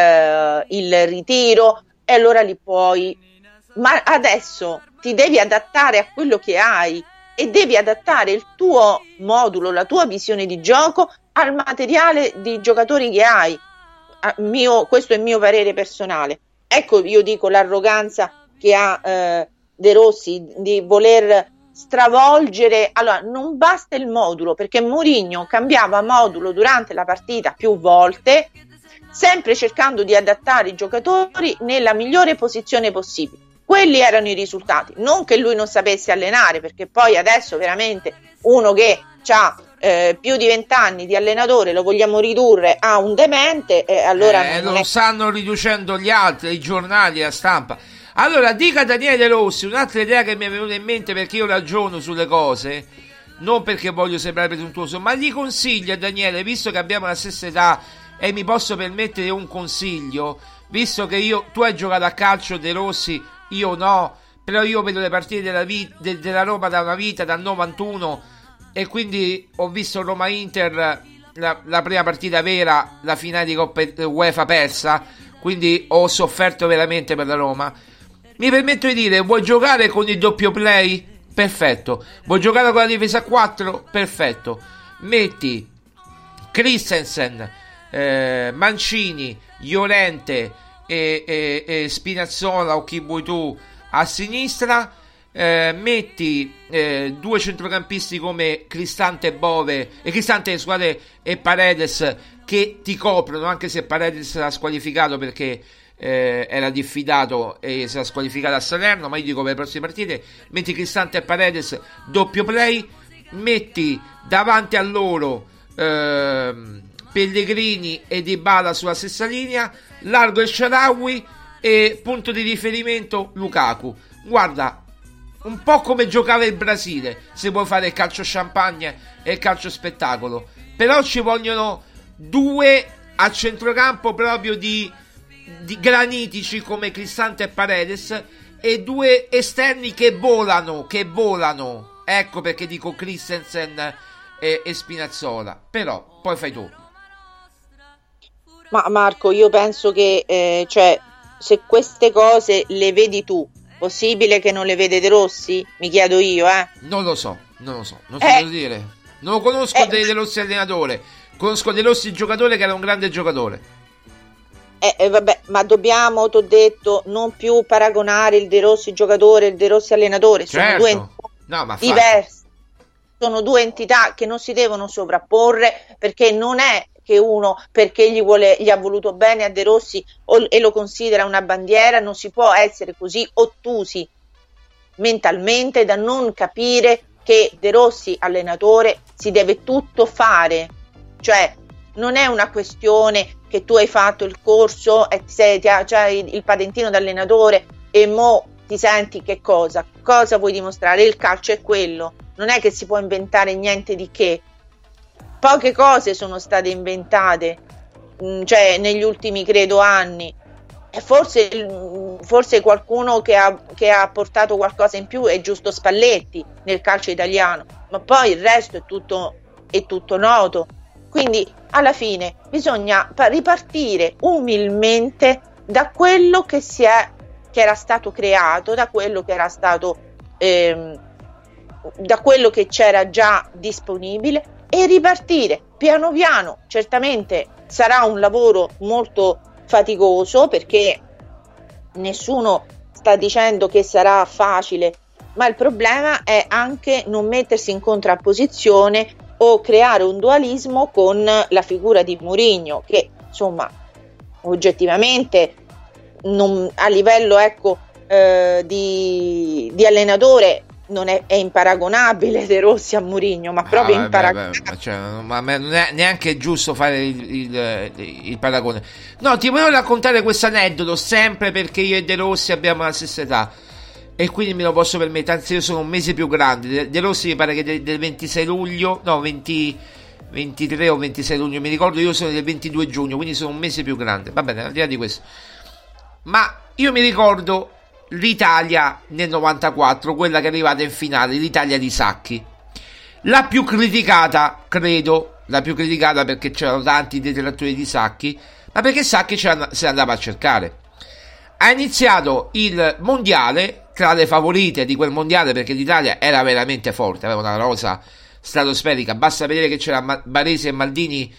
eh, il ritiro, e allora li puoi, ma adesso ti devi adattare a quello che hai e devi adattare il tuo modulo, la tua visione di gioco al materiale di giocatori che hai. Mio, questo è il mio parere personale. Ecco, io dico l'arroganza che ha eh, De Rossi di voler stravolgere. Allora, non basta il modulo, perché Mourinho cambiava modulo durante la partita più volte, sempre cercando di adattare i giocatori nella migliore posizione possibile. Quelli erano i risultati, non che lui non sapesse allenare, perché poi adesso veramente uno che ha eh, più di vent'anni di allenatore lo vogliamo ridurre a un demente, e allora eh, non lo è... stanno riducendo gli altri, i giornali, la stampa. Allora dica Daniele De Rossi un'altra idea che mi è venuta in mente, perché io ragiono sulle cose, non perché voglio sembrare presuntuoso, ma gli consiglio a Daniele, visto che abbiamo la stessa età e mi posso permettere un consiglio, visto che io tu hai giocato a calcio, De Rossi, io no, però io vedo le partite della, vita, de, della Roma da una vita, dal novantuno, e quindi ho visto Roma-Inter, la, la prima partita vera, la finale di Coppa UEFA persa, quindi ho sofferto veramente per la Roma. Mi permetto di dire, vuoi giocare con il doppio play? Perfetto. Vuoi giocare con la difesa a quattro? Perfetto. Metti Christensen, eh, Mancini, Llorente e, e, e Spinazzola o chi vuoi tu a sinistra, eh, metti eh, due centrocampisti come Cristante e Bove e Cristante scusate, e Paredes, che ti coprono, anche se Paredes sarà squalificato perché eh, era diffidato e sarà squalificato a Salerno, ma io dico per le prossime partite metti Cristante e Paredes doppio play, metti davanti a loro eh, Pellegrini e Dybala sulla stessa linea, largo il Shaarawy e punto di riferimento Lukaku. Guarda, un po' come giocava il Brasile, se vuoi fare calcio champagne e calcio spettacolo, però ci vogliono due a centrocampo proprio di, di granitici come Cristante e Paredes, e due esterni che volano, che volano. Ecco perché dico Christensen e, e Spinazzola. Però poi fai tu. Ma Marco, io penso che eh, cioè, se queste cose le vedi tu, possibile che non le vede De Rossi? Mi chiedo io, eh. Non lo so, non lo so, non so Eh, cosa dire. Non lo conosco eh, De Rossi allenatore, conosco De Rossi giocatore, che era un grande giocatore. Eh, eh, vabbè, ma dobbiamo, t'ho detto, non più paragonare il De Rossi giocatore e il De Rossi allenatore. Sono Certo. due entità No, ma diverse, sono due entità che non si devono sovrapporre, perché non è che uno, perché gli, vuole, gli ha voluto bene a De Rossi o, e lo considera una bandiera, non si può essere così ottusi mentalmente da non capire che De Rossi allenatore si deve tutto fare, cioè non è una questione che tu hai fatto il corso e sei, ti ha già il, il patentino da allenatore e mo ti senti che cosa, cosa vuoi dimostrare? Il calcio è quello, non è che si può inventare niente di che. Poche cose sono state inventate, mh, cioè negli ultimi credo anni, e forse, mh, forse qualcuno che ha, che ha portato qualcosa in più è giusto Spalletti nel calcio italiano, ma poi il resto è tutto, è tutto noto. Quindi alla fine bisogna ripartire umilmente da quello che si è, che era stato creato, da quello che era stato ehm, da quello che c'era già disponibile, e ripartire piano piano. Certamente sarà un lavoro molto faticoso, perché nessuno sta dicendo che sarà facile, ma il problema è anche non mettersi in contrapposizione o creare un dualismo con la figura di Mourinho, che insomma oggettivamente non, a livello ecco eh, di, di allenatore non è, è imparagonabile De Rossi a Mourinho, ma proprio ah, imparagonabile. Beh, beh, cioè, ma non è neanche giusto fare il, il, il paragone. No, ti volevo raccontare questo aneddoto, sempre perché io e De Rossi abbiamo la stessa età e quindi me lo posso permettere, anzi io sono un mese più grande. De, De Rossi mi pare che del, del ventisei luglio, no venti, ventitré o ventisei luglio, mi ricordo, io sono del ventidue giugno, quindi sono un mese più grande. Va bene, al di là di questo, ma io mi ricordo l'Italia nel novantaquattro, quella che è arrivata in finale, l'Italia di Sacchi, la più criticata, credo, la più criticata perché c'erano tanti detrattori di Sacchi, ma perché Sacchi se ne andava a cercare. Ha iniziato il mondiale tra le favorite di quel mondiale, perché l'Italia era veramente forte, aveva una rosa stratosferica, basta vedere che c'era Baresi e Maldini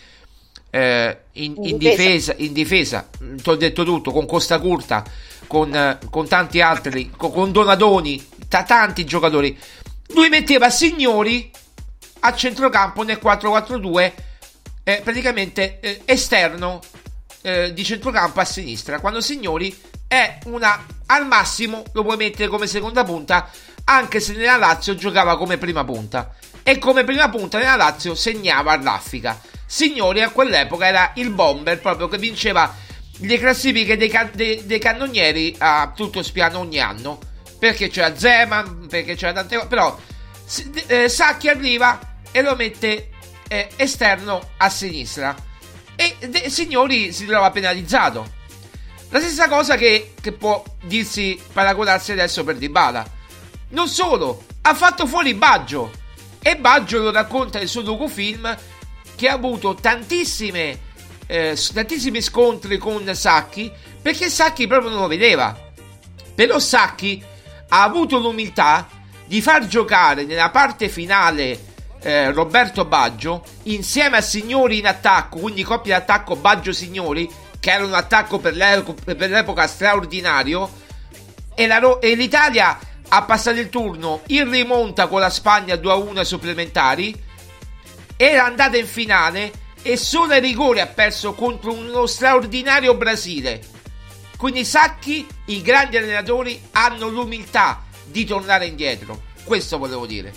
eh, in, in, in difesa, in difesa, ti ho detto tutto, con Costa Curta, con, con tanti altri, con, con Donadoni, t- tanti giocatori. Lui metteva Signori a centrocampo nel quattro quattro due, eh, praticamente eh, esterno eh, di centrocampo a sinistra, quando Signori è una, al massimo lo puoi mettere come seconda punta, anche se nella Lazio giocava come prima punta, e come prima punta nella Lazio segnava a raffica. Signori a quell'epoca era il bomber proprio, che vinceva le classifiche dei, can- dei, dei cannonieri a tutto spiano ogni anno, perché c'era Zeman, perché c'era tante cose, però eh, Sacchi arriva e lo mette eh, esterno a sinistra e De- Signori si trova penalizzato. La stessa cosa che, che può dirsi, paragonarsi adesso per Dybala. Non solo, ha fatto fuori Baggio, e Baggio lo racconta nel suo docufilm, che ha avuto tantissime Eh, tantissimi scontri con Sacchi, perché Sacchi proprio non lo vedeva. Però Sacchi ha avuto l'umiltà di far giocare nella parte finale eh, Roberto Baggio insieme a Signori in attacco, quindi coppia d'attacco Baggio-Signori, che era un attacco per, l'epoca, per l'epoca straordinario, e, la, e l'Italia ha passato il turno in rimonta con la Spagna due a uno ai supplementari, era andata in finale e solo ai rigori ha perso contro uno straordinario Brasile. Quindi Sacchi, i grandi allenatori, hanno l'umiltà di tornare indietro. Questo volevo dire.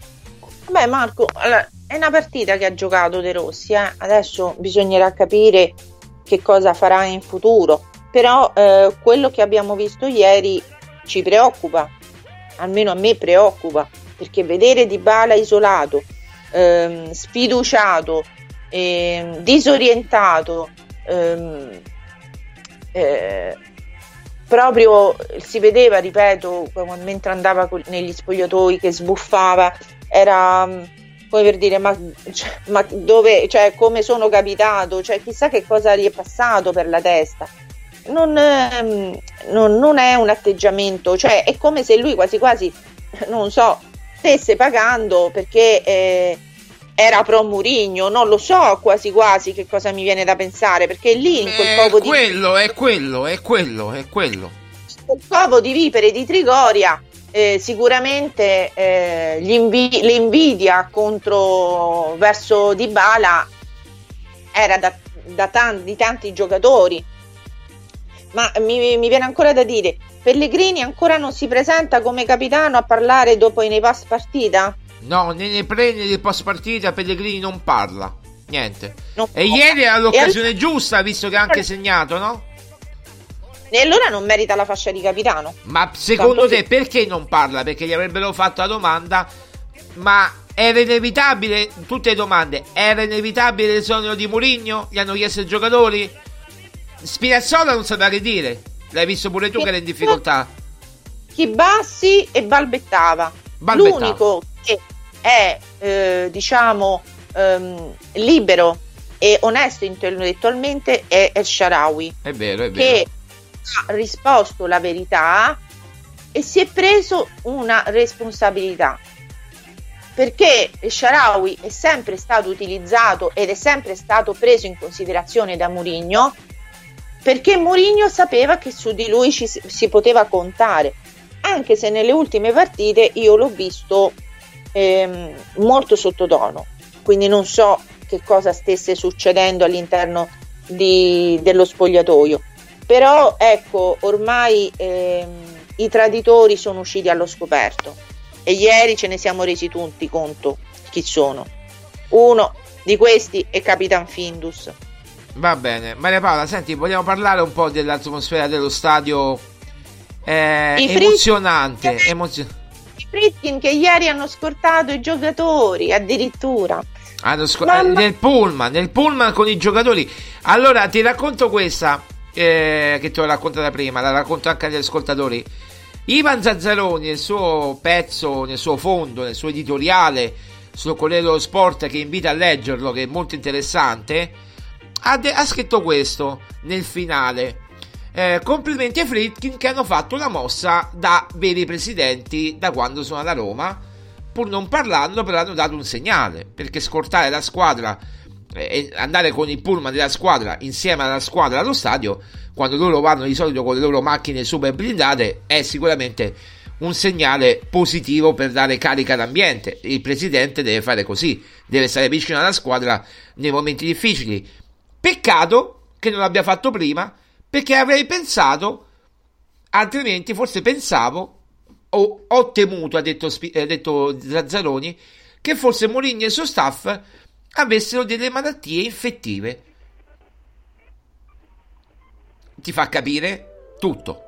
Beh Marco, allora, è una partita che ha giocato De Rossi, eh? Adesso bisognerà capire che cosa farà in futuro, però eh, quello che abbiamo visto ieri ci preoccupa, almeno a me preoccupa, perché vedere Dybala isolato, ehm, sfiduciato, Eh, disorientato, ehm, eh, proprio si vedeva, ripeto, mentre andava negli spogliatoi che sbuffava, era come per dire ma, cioè, ma dove, cioè come sono capitato, cioè chissà che cosa gli è passato per la testa. Non, ehm, non, non è un atteggiamento, cioè è come se lui quasi quasi, non so, stesse pagando perché eh, era pro Mourinho, non lo so, quasi quasi che cosa mi viene da pensare, perché lì in quel covo di quello, è quello, è quello, è quello. quel covo di vipere di Trigoria, eh, sicuramente eh, invi- l'invidia contro verso Dybala era da, da tanti, di tanti giocatori. Ma mi, mi viene ancora da dire, Pellegrini ancora non si presenta come capitano a parlare dopo nei post partita? No, nei pre nei post partita Pellegrini non parla, niente. Non e parla. Ieri era l'occasione e giusta, visto che ha anche segnato, no? E allora non merita la fascia di capitano. Ma secondo Tanto te sì. Perché non parla? Perché gli avrebbero fatto la domanda, ma era inevitabile, tutte le domande, era inevitabile l'esonero di Mourinho? Gli hanno chiesto i giocatori? Spinazzola non sapeva che dire, l'hai visto pure tu che era in difficoltà. Chi Bassi e balbettava. Balbettava. L'unico che è eh, diciamo ehm, libero e onesto intellettualmente è El Shaarawy, È vero, è vero. che ha risposto la verità e si è preso una responsabilità, perché El Shaarawy è sempre stato utilizzato ed è sempre stato preso in considerazione da Mourinho, perché Mourinho sapeva che su di lui ci si poteva contare, anche se nelle ultime partite io l'ho visto ehm, molto sottotono, quindi non so che cosa stesse succedendo all'interno di, dello spogliatoio, però ecco, ormai ehm, i traditori sono usciti allo scoperto e ieri ce ne siamo resi tutti conto chi sono. Uno di questi è Capitan Findus. Va bene, Maria Paola, senti, vogliamo parlare un po' dell'atmosfera dello stadio eh, emozionante, Fritkin, emozio- i Fritkin che ieri hanno scortato i giocatori addirittura. hanno sc- Mamma... nel pullman, nel pullman con i giocatori. Allora ti racconto questa eh, che ti ho raccontata prima, la racconto anche agli ascoltatori. Ivan Zazzaroni nel suo pezzo, nel suo fondo, nel suo editoriale sul Corriere dello Sport, che invita a leggerlo, che è molto interessante, ha, de- ha scritto questo nel finale: eh, complimenti ai Fritkin che hanno fatto una mossa da veri presidenti da quando sono alla Roma, pur non parlando, però hanno dato un segnale, perché scortare la squadra e eh, andare con il pullman della squadra insieme alla squadra allo stadio, quando loro vanno di solito con le loro macchine super blindate, è sicuramente un segnale positivo per dare carica all'ambiente. Il presidente deve fare così, deve stare vicino alla squadra nei momenti difficili. Peccato che non l'abbia fatto prima, perché avrei pensato, altrimenti forse pensavo o ho temuto, ha detto, ha detto Zazzaroni, che forse Mourinho e il suo staff avessero delle malattie infettive. Ti fa capire tutto.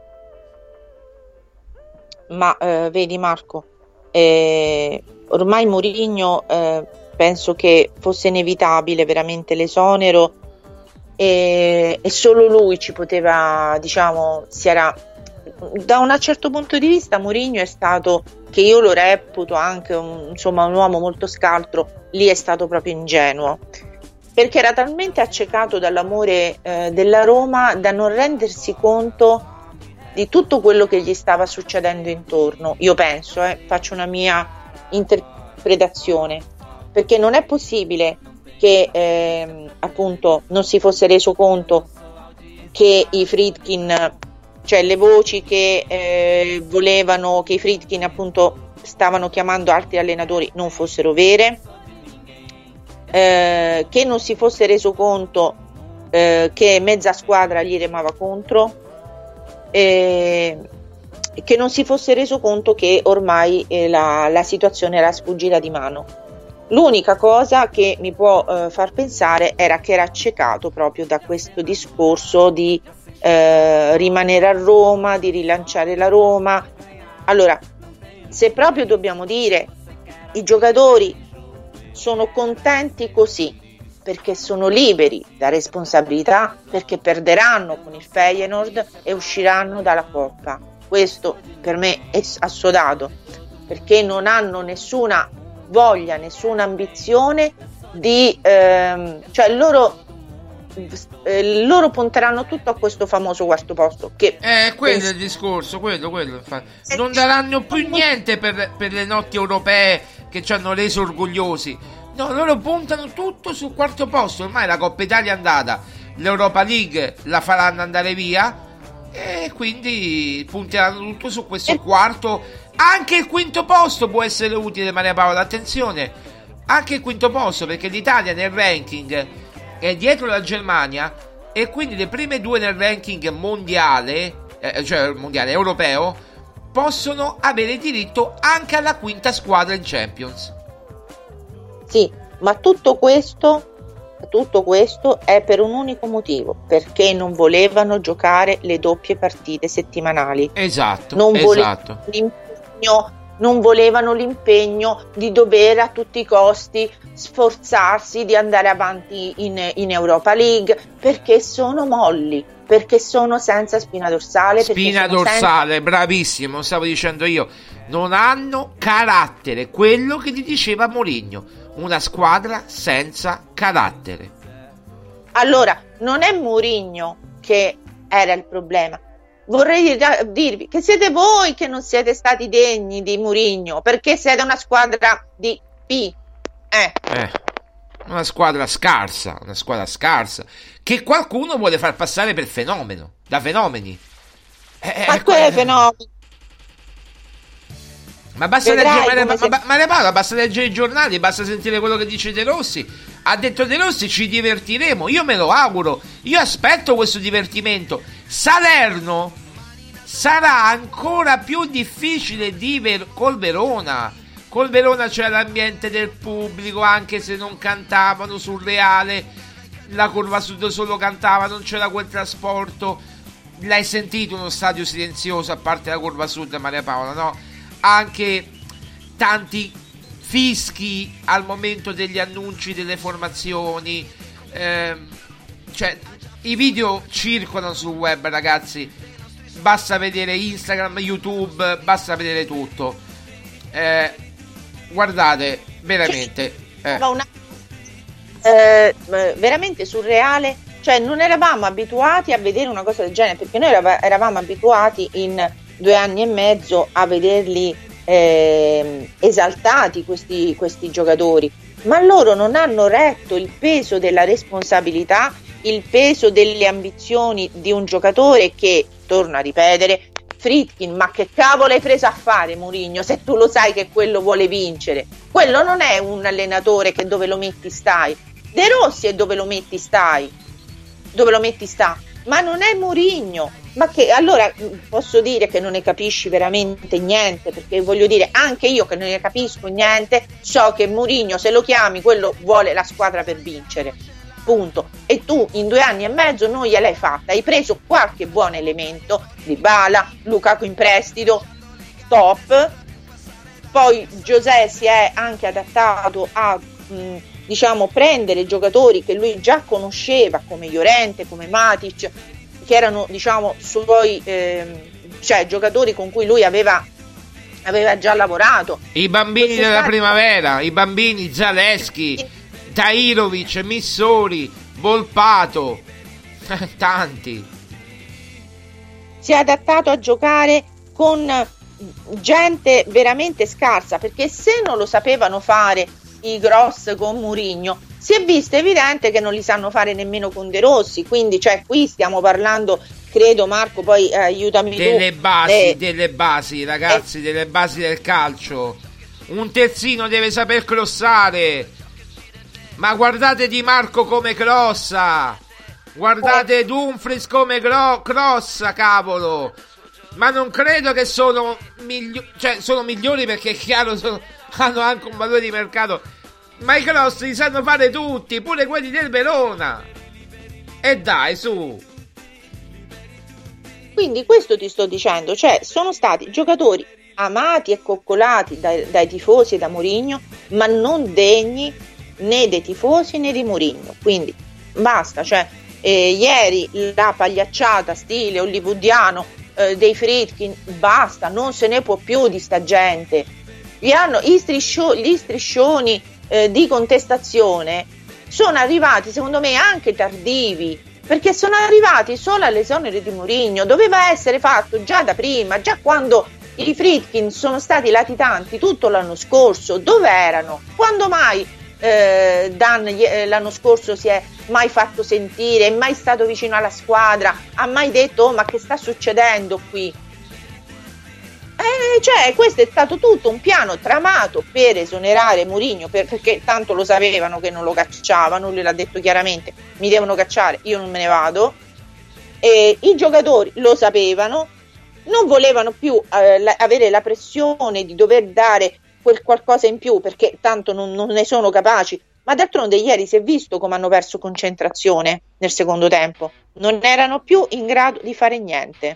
Ma eh, vedi Marco, eh, ormai Mourinho eh, penso che fosse inevitabile veramente l'esonero e, e solo lui ci poteva, diciamo, si era, da un certo punto di vista Mourinho è stato, che io lo reputo anche un, insomma un uomo molto scaltro, lì è stato proprio ingenuo, perché era talmente accecato dall'amore eh, della Roma da non rendersi conto di tutto quello che gli stava succedendo intorno. Io penso, eh, faccio una mia interpretazione, perché non è possibile che eh, appunto non si fosse reso conto che i Fritkin, cioè le voci che eh, volevano che i Fritkin appunto stavano chiamando altri allenatori non fossero vere, eh, che non si fosse reso conto eh, che mezza squadra gli remava contro, eh, che non si fosse reso conto che ormai eh, la, la situazione era sfuggita di mano. L'unica cosa che mi può eh, far pensare era che era accecato proprio da questo discorso di eh, rimanere a Roma, di rilanciare la Roma. Allora, se proprio dobbiamo dire, i giocatori sono contenti così, perché sono liberi da responsabilità, perché perderanno con il Feyenoord e usciranno dalla Coppa. Questo per me è assodato, perché non hanno nessuna voglia, nessuna ambizione di ehm, cioè loro eh, loro punteranno tutto a questo famoso quarto posto che eh, quello penso... è il discorso, quello, quello infatti. Non daranno più niente per, per le notti europee che ci hanno reso orgogliosi. No, loro puntano tutto sul quarto posto. Ormai la Coppa Italia è andata, l'Europa League la faranno andare via e quindi punteranno tutto su questo quarto. Anche il quinto posto può essere utile, Maria Paola, attenzione, anche il quinto posto, perché l'Italia nel ranking è dietro la Germania e quindi le prime due nel ranking mondiale, eh, cioè mondiale europeo, possono avere diritto anche alla quinta squadra in Champions. Sì, ma tutto questo tutto questo è per un unico motivo, perché non volevano giocare le doppie partite settimanali. Esatto, non esatto. Volevano l'impegno, non volevano l'impegno di dover a tutti i costi sforzarsi di andare avanti in, in Europa League, perché sono molli, perché sono senza spina dorsale. Spina dorsale, senza... bravissimo, stavo dicendo io. Non hanno carattere, quello che gli diceva Mourinho. Una squadra senza carattere. Allora, non è Mourinho che era il problema. Vorrei dirvi che siete voi che non siete stati degni di Mourinho, perché siete una squadra di P. Eh. Eh, una squadra scarsa, una squadra scarsa, che qualcuno vuole far passare per fenomeno, da fenomeni. Eh, ma quale eh, fenomeno? Ma basta Vedrai, leggere, ma, se... ma, ma, ma basta leggere i giornali, basta sentire quello che dice De Rossi. Ha detto De Rossi: ci divertiremo. Io me lo auguro, io aspetto questo divertimento. Salerno sarà ancora più difficile di Ver- col Verona. Col Verona c'è l'ambiente del pubblico, anche se non cantavano sul Reale, la Curva Sud solo cantava, non c'era quel trasporto. L'hai sentito uno stadio silenzioso a parte la Curva Sud, Maria Paola, no? Anche tanti fischi al momento degli annunci delle formazioni, eh, cioè i video circolano sul web, ragazzi, basta vedere Instagram, YouTube, basta vedere tutto, eh, guardate, veramente eh. Una, eh, veramente surreale, cioè non eravamo abituati a vedere una cosa del genere, perché noi eravamo abituati in due anni e mezzo a vederli eh, esaltati questi, questi giocatori, ma loro non hanno retto il peso della responsabilità, il peso delle ambizioni di un giocatore che, torno a ripetere, Friedkin, ma che cavolo hai preso a fare Mourinho se tu lo sai che quello vuole vincere? Quello non è un allenatore che dove lo metti stai. De Rossi è dove lo metti stai, dove lo metti sta, ma non è Mourinho. Ma che allora posso dire che non ne capisci veramente niente, perché voglio dire, anche io che non ne capisco niente so che Mourinho, se lo chiami, quello vuole la squadra per vincere, punto. E tu in due anni e mezzo non gliel'hai fatta, hai preso qualche buon elemento, Dybala, Lukaku in prestito, top, poi José si è anche adattato a mh, diciamo prendere giocatori che lui già conosceva come Llorente, come Matic, che erano diciamo suoi eh, cioè giocatori con cui lui aveva aveva già lavorato, i bambini della stati... primavera, i bambini Zaleschi, sì. Tahirovic, Missori, Volpato, tanti. Si è adattato a giocare con gente veramente scarsa, perché se non lo sapevano fare i Gross con Mourinho, si è visto evidente che non li sanno fare nemmeno con De Rossi, quindi cioè qui stiamo parlando, credo Marco, poi eh, aiutami delle tu, basi, eh, delle basi ragazzi, eh, delle basi del calcio. Un terzino deve saper crossare, ma guardate Di Marco come crossa, guardate eh. Dumfries come gro- crossa, cavolo, ma non credo che sono migliori, cioè sono migliori perché è chiaro, sono, hanno anche un valore di mercato, ma i cross li sanno fare tutti, pure quelli del Verona. E dai, su. Quindi questo ti sto dicendo, cioè sono stati giocatori amati e coccolati dai, dai tifosi e da Mourinho, ma non degni né dei tifosi né di Mourinho, quindi basta, cioè eh, ieri la pagliacciata stile hollywoodiano eh, dei Friedkin, basta, non se ne può più di sta gente. Gli, hanno, gli, striscio, gli striscioni eh, di contestazione sono arrivati secondo me anche tardivi, perché sono arrivati solo all'esonero di Mourinho, doveva essere fatto già da prima, già quando i Friedkin sono stati latitanti tutto l'anno scorso. Dove erano? Quando mai eh, Dan eh, l'anno scorso si è mai fatto sentire, è mai stato vicino alla squadra, ha mai detto oh, ma che sta succedendo qui? Eh, cioè questo è stato tutto un piano tramato per esonerare Mourinho, per, perché tanto lo sapevano che non lo cacciavano, lui l'ha detto chiaramente, mi devono cacciare, io non me ne vado, e i giocatori lo sapevano, non volevano più eh, la, avere la pressione di dover dare quel qualcosa in più, perché tanto non, non ne sono capaci, ma d'altronde ieri si è visto come hanno perso concentrazione nel secondo tempo, non erano più in grado di fare niente.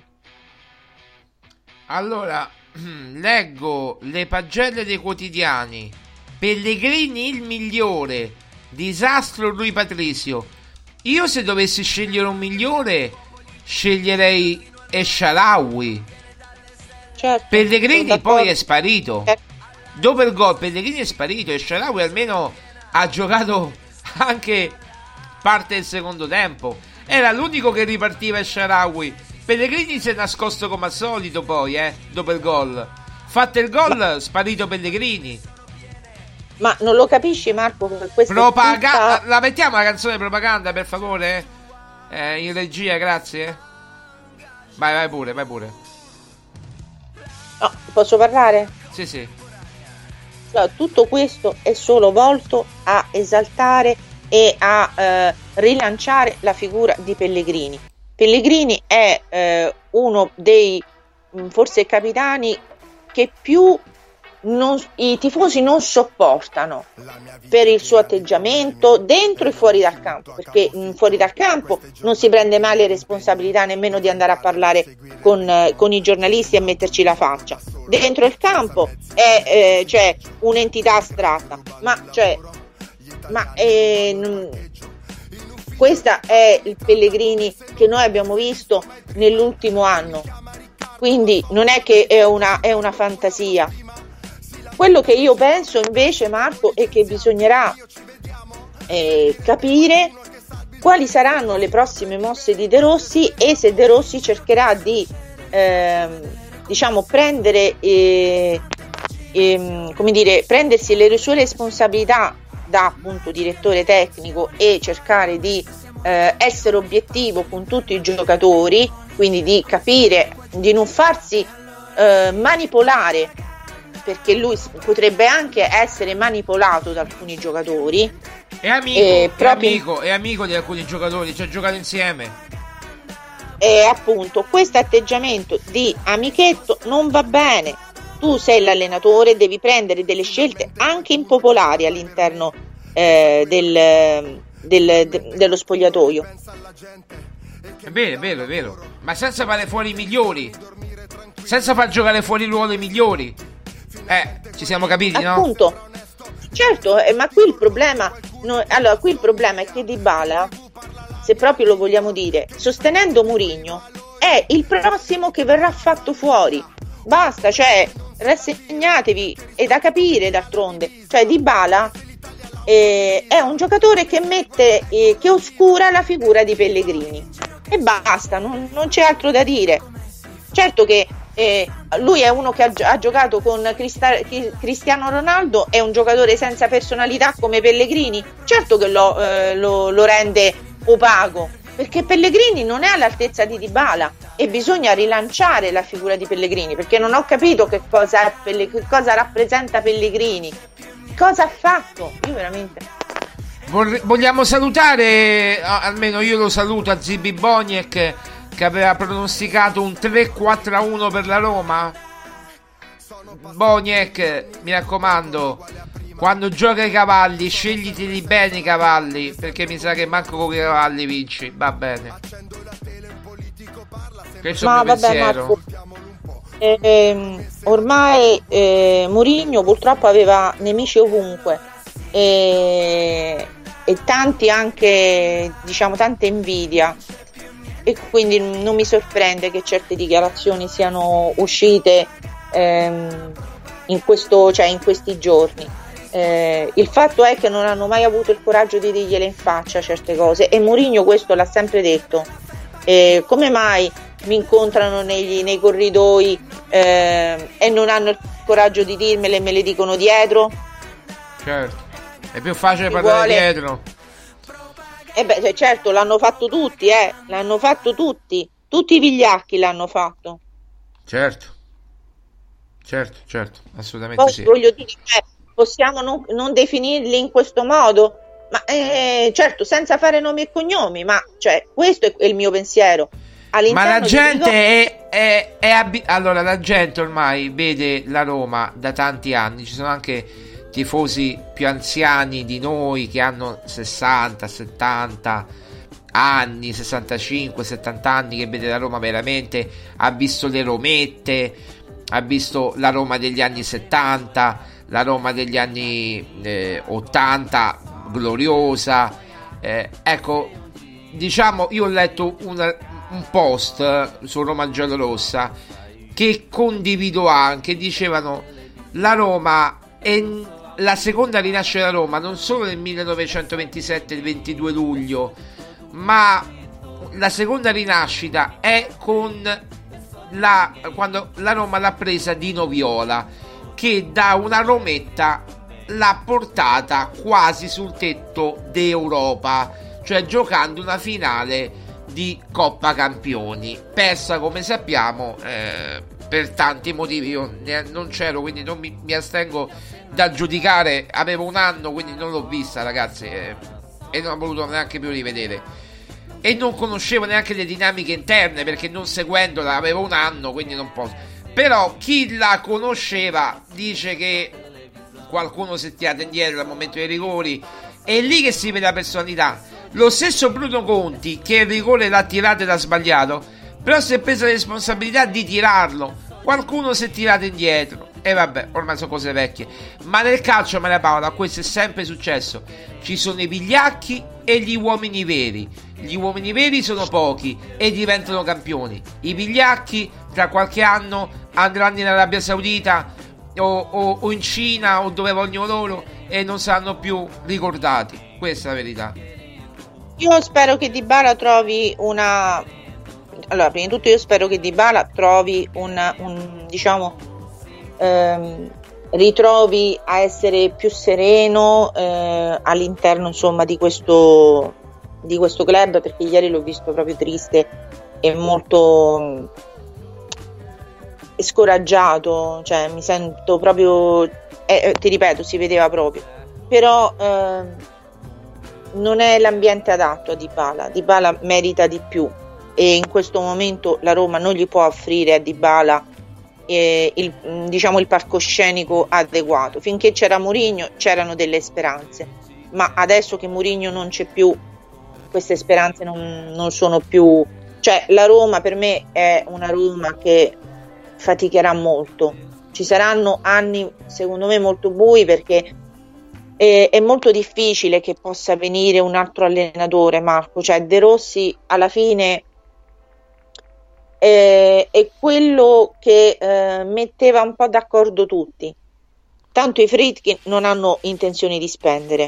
Allora, leggo le pagelle dei quotidiani. Pellegrini il migliore, disastro Rui Patricio. Io se dovessi scegliere un migliore sceglierei El Shaarawy. Certo, Pellegrini poi è sparito. Dopo il gol Pellegrini è sparito. El Shaarawy almeno ha giocato anche parte del secondo tempo. Era l'unico che ripartiva El Shaarawy. Pellegrini si è nascosto come al solito poi, eh, dopo il gol. Fatto il gol, ma... sparito Pellegrini. Ma non lo capisci, Marco? Che questa Propaganda. tutta... La mettiamo la canzone propaganda, per favore? Eh, in regia, grazie. Vai, vai pure, vai pure. No, posso parlare? Sì, sì. Allora, tutto questo è solo volto a esaltare e a eh, rilanciare la figura di Pellegrini. Pellegrini è eh, uno dei forse capitani che più non, i tifosi non sopportano per il suo atteggiamento dentro e fuori dal campo, perché mh, fuori dal campo non si prende mai le responsabilità nemmeno di andare a parlare con, eh, con i giornalisti e metterci la faccia. Dentro il campo è eh, cioè, un'entità astratta, ma cioè ma eh, n- questa è il Pellegrini che noi abbiamo visto nell'ultimo anno, quindi non è che è una, è una fantasia. Quello che io penso invece, Marco, è che bisognerà eh, capire quali saranno le prossime mosse di De Rossi e se De Rossi cercherà di eh, diciamo prendere eh, eh, come dire, prendersi le sue responsabilità da appunto direttore tecnico e cercare di eh, essere obiettivo con tutti i giocatori, quindi di capire, di non farsi eh, manipolare, perché lui potrebbe anche essere manipolato da alcuni giocatori. È amico, eh, è, proprio... amico è amico di alcuni giocatori, ci ha giocato insieme. E appunto questo atteggiamento di amichetto non va bene. Tu sei l'allenatore, devi prendere delle scelte anche impopolari all'interno eh, del, del, de, dello spogliatoio. È vero, è vero, è vero. Ma senza fare fuori i migliori, senza far giocare fuori i ruoli migliori. Eh, ci siamo capiti, no? Appunto. Certo, eh, ma qui il problema no, allora qui il problema è che Dybala, se proprio lo vogliamo dire, sostenendo Mourinho, è il prossimo che verrà fatto fuori. Basta, cioè rassegnatevi, è da capire d'altronde, cioè Dybala eh, è un giocatore che mette eh, che oscura la figura di Pellegrini e basta, non, non c'è altro da dire. Certo che eh, lui è uno che ha, ha giocato con Crista, Cristiano Ronaldo, è un giocatore senza personalità come Pellegrini, certo che lo, eh, lo, lo rende opaco, perché Pellegrini non è all'altezza di Dybala e bisogna rilanciare la figura di Pellegrini, perché non ho capito che cosa, è Pelle, che cosa rappresenta Pellegrini, cosa ha fatto. Io veramente vogliamo salutare, almeno io lo saluto, a Zibi Boniek che aveva pronosticato un tre quattro uno per la Roma. Boniek, mi raccomando, quando gioca i cavalli scegliteli bene i cavalli, perché mi sa che manco con i cavalli vinci. Va bene, questo ma è il mio vabbè, pensiero. Marco, eh, ormai eh, Mourinho purtroppo aveva nemici ovunque, e, e tanti anche, diciamo, tanta invidia, e quindi non mi sorprende che certe dichiarazioni siano uscite ehm, in, questo, cioè in questi giorni. Eh, il fatto è che non hanno mai avuto il coraggio di dirgliele in faccia certe cose, e Mourinho questo l'ha sempre detto. Eh, come mai mi incontrano negli, nei corridoi eh, e non hanno il coraggio di dirmele e me le dicono dietro? Certo, è più facile Ci parlare vuole... dietro. Eh beh, certo, l'hanno fatto tutti, eh, l'hanno fatto tutti, tutti i vigliacchi l'hanno fatto. Certo, certo, certo, assolutamente Poi sì. voglio dire, eh, possiamo non, non definirli in questo modo, ma eh, certo, senza fare nomi e cognomi, ma cioè, questo è il mio pensiero. Ma la gente di... è, è, è abi- allora la gente ormai vede la Roma da tanti anni, ci sono anche tifosi più anziani di noi che hanno sessanta, settanta anni, sessantacinque, settanta anni, che vede la Roma veramente, ha visto le Romette, ha visto la Roma degli anni settanta, la Roma degli anni eh, ottanta, gloriosa. Eh, ecco, diciamo, io ho letto una, un post su Roma Giallorossa che condivido anche, dicevano la Roma è la seconda rinascita della Roma non solo nel millenovecentoventisette, il ventidue luglio, ma la seconda rinascita è con la, quando la Roma l'ha presa Dino Viola, che da una Rometta l'ha portata quasi sul tetto d'Europa, cioè giocando una finale di Coppa Campioni, persa come sappiamo eh, per tanti motivi. Io non c'ero, quindi non mi, mi astengo da giudicare, avevo un anno, quindi non l'ho vista, ragazzi, eh, e non ho voluto neanche più rivedere, e non conoscevo neanche le dinamiche interne, perché non seguendola avevo un anno, quindi non posso. Però chi la conosceva dice che qualcuno si è tirato indietro al momento dei rigori, è lì che si vede la personalità. Lo stesso Bruno Conti, che il rigore l'ha tirato e l'ha sbagliato, però si è preso la responsabilità di tirarlo, qualcuno si è tirato indietro, e vabbè, ormai sono cose vecchie. Ma nel calcio, Maria Paola, questo è sempre successo. Ci sono i vigliacchi e gli uomini veri. Gli uomini veri sono pochi e diventano campioni. I vigliacchi tra qualche anno andranno in Arabia Saudita o, o, o in Cina o dove vogliono loro e non saranno più ricordati. Questa è la verità. Io spero che Dybala trovi una... Allora, prima di tutto io spero che Dybala trovi un, un diciamo, ehm, ritrovi a essere più sereno eh, all'interno, insomma, di questo, di questo club, perché ieri l'ho visto proprio triste e molto scoraggiato, cioè mi sento proprio, eh, ti ripeto, si vedeva proprio, però eh, non è l'ambiente adatto a Dybala. Dybala merita di più e in questo momento la Roma non gli può offrire a Dybala eh, il, diciamo, il palcoscenico adeguato. Finché c'era Mourinho c'erano delle speranze, ma adesso che Mourinho non c'è più, queste speranze non, non sono più, cioè la Roma per me è una Roma che faticherà molto. Ci saranno anni secondo me molto bui, perché è, è molto difficile che possa venire un altro allenatore, Marco, cioè De Rossi alla fine è, è quello che eh, metteva un po' d'accordo tutti, tanto i Friedkin non hanno intenzione di spendere,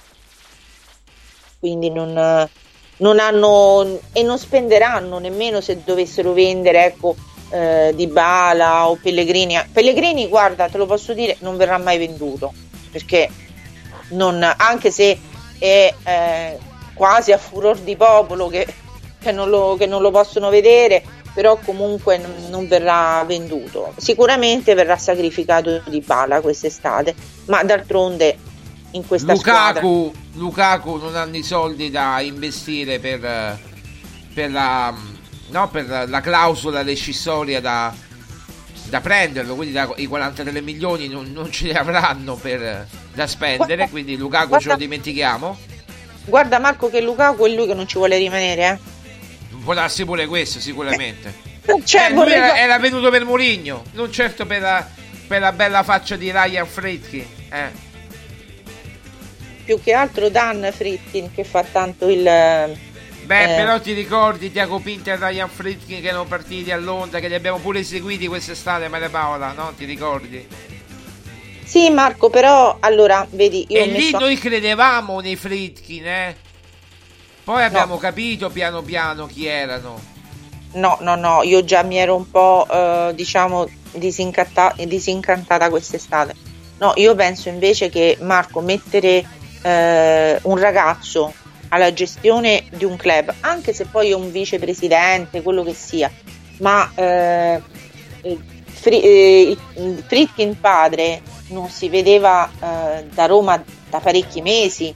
quindi non, non hanno e non spenderanno nemmeno se dovessero vendere, ecco, eh, Dybala o Pellegrini. Pellegrini, guarda, te lo posso dire, non verrà mai venduto, perché non, anche se è eh, quasi a furor di popolo che, che, non lo, che non lo possono vedere, però comunque non, non verrà venduto. Sicuramente verrà sacrificato Dybala quest'estate, ma d'altronde in questa Lukaku, squadra Lukaku non hanno i soldi da investire per, per la no, per la clausola rescissoria da, da prenderlo, quindi da, i quarantatré milioni non, non ce li avranno per, da spendere, guarda, quindi Lukaku guarda, ce lo dimentichiamo. Guarda Marco che Lukaku è lui che non ci vuole rimanere, eh? Può darsi pure questo sicuramente. Cioè, eh, lui era, era venuto per Mourinho, non certo per la, per la bella faccia di Ryan Friedkin, eh. più che altro Dan Friedkin che fa tanto il... Beh, eh, però ti ricordi Tiago Pinto e Ryan Friedkin che erano partiti a Londra, che li abbiamo pure seguiti quest'estate, Maria Paola, no? Ti ricordi? Sì, Marco, però allora, vedi, io e lì so... noi credevamo nei Friedkin, eh? Poi abbiamo no. capito piano piano chi erano. No, no, no, io già mi ero un po', eh, diciamo, disincanta- disincantata quest'estate. No, io penso invece che, Marco, mettere eh, un ragazzo alla gestione di un club, anche se poi è un vicepresidente, quello che sia, ma eh, Fri- eh, il Friedkin padre non si vedeva eh, da Roma da parecchi mesi,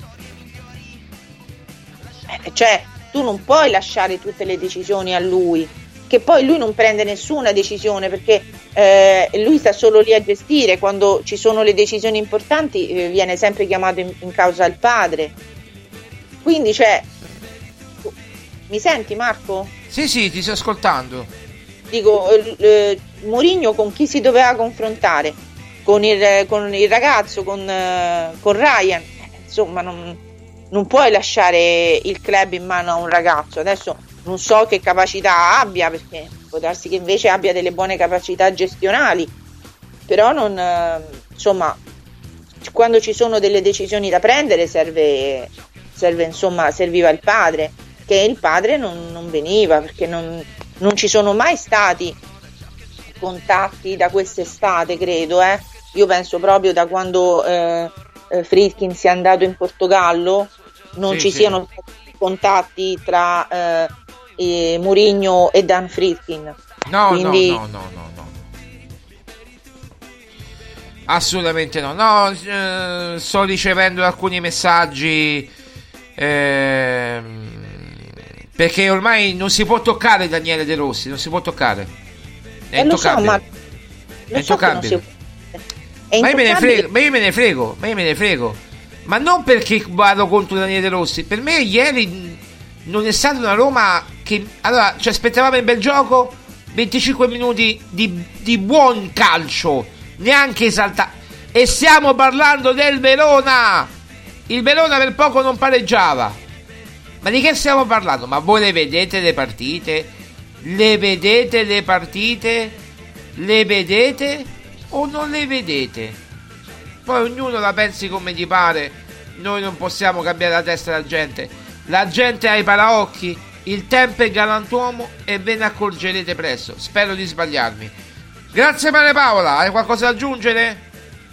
eh, cioè tu non puoi lasciare tutte le decisioni a lui, che poi lui non prende nessuna decisione, perché eh, lui sta solo lì a gestire. Quando ci sono le decisioni importanti eh, viene sempre chiamato in, in causa il padre. Quindi, cioè, mi senti, Marco? Sì, sì, ti sto ascoltando. Dico, eh, eh, Mourinho con chi si doveva confrontare? Con il, con il ragazzo, con, eh, con Ryan. Eh, insomma, non, non puoi lasciare il club in mano a un ragazzo. Adesso non so che capacità abbia, perché può darsi che invece abbia delle buone capacità gestionali, però non, eh, insomma, quando ci sono delle decisioni da prendere serve, serve insomma, serviva il padre, che il padre non, non veniva, perché non, non ci sono mai stati contatti da quest'estate, credo, eh. Io penso proprio da quando eh, eh, Friedkin sia andato in Portogallo non sì, ci sì. siano contatti tra eh, eh, Mourinho e Dan Friedkin. No, Quindi... no, no, no, no, no. Assolutamente no. No, eh, sto ricevendo alcuni messaggi ehm, perché ormai non si può toccare Daniele De Rossi, non si può toccare. È eh, lo so, intoccabile. ma È lo so che non si... intoccabile. È Ma io me ne intoccabile. frego, ma io me ne frego, ma io me ne frego. Ma non perché vado contro Daniele De Rossi. Per me ieri non è stata una Roma che... Allora, ci aspettavamo un bel gioco, venticinque minuti di, di buon calcio, neanche esaltato. E stiamo parlando del Verona. Il Verona per poco non pareggiava. Ma di che stiamo parlando? Ma voi le vedete le partite? Le vedete le partite? Le vedete o non le vedete? Poi ognuno la pensi come gli pare. Noi non possiamo cambiare la testa della gente. La gente ha i paraocchi. Il tempo è galantuomo e ve ne accorgerete presto. Spero di sbagliarmi. Grazie Maria Paola. Hai qualcosa da aggiungere?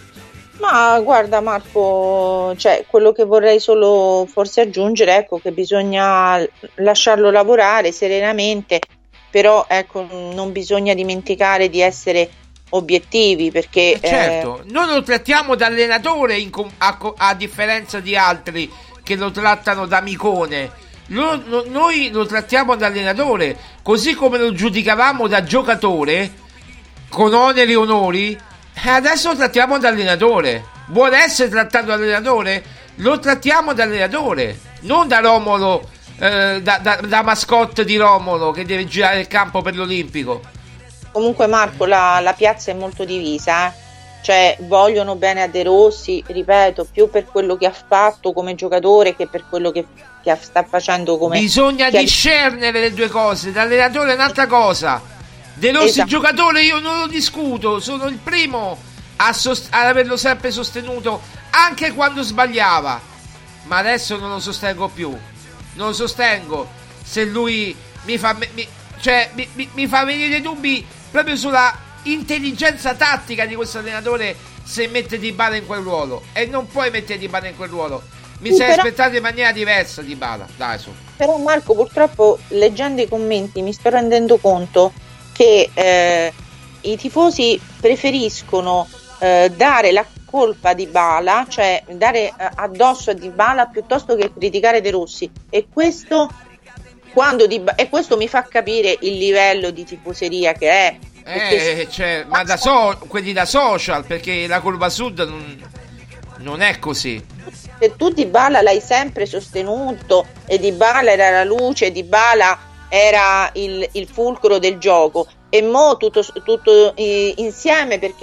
Ma guarda Marco, cioè, quello che vorrei solo forse aggiungere, ecco, che bisogna lasciarlo lavorare serenamente, però ecco, non bisogna dimenticare di essere obiettivi, perché eh certo, eh... noi lo trattiamo da allenatore in com- a, co- a differenza di altri che lo trattano da amicone. Lo, lo, noi lo trattiamo da allenatore, così come lo giudicavamo da giocatore con oneri e onori. Adesso lo trattiamo da allenatore. Vuole essere trattato da allenatore? Lo trattiamo da allenatore, non da Romolo, eh, da, da, da mascotte di Romolo che deve girare il campo per l'Olimpico. Comunque Marco, la, la piazza è molto divisa, eh? Cioè vogliono bene a De Rossi, ripeto, più per quello che ha fatto come giocatore che per quello che, che sta facendo come... Bisogna che... discernere le due cose. L'allenatore è un'altra cosa. De Rossi esatto. Giocatore io non lo discuto, sono il primo a sost- ad averlo sempre sostenuto anche quando sbagliava, ma adesso non lo sostengo più, non lo sostengo. Se lui mi fa mi, cioè mi, mi, mi fa venire dubbi proprio sulla intelligenza tattica di questo allenatore, se mette Dybala in quel ruolo, e non puoi mettere Dybala in quel ruolo. Mi sì, sei però... aspettato in maniera diversa Dybala, dai su. Però Marco, purtroppo leggendo i commenti mi sto rendendo conto che eh, i tifosi preferiscono eh, dare la colpa a Dybala, cioè dare eh, addosso a Dybala piuttosto che criticare De Rossi, e questo quando Dybala, e questo mi fa capire il livello di tifoseria che è. Eh, cioè, ma da so, quelli da social, perché la curva sud non, non è così. Se tu Dybala l'hai sempre sostenuto e Dybala era la luce, Dybala era il, il fulcro del gioco, e mo tutto, tutto eh, insieme, perché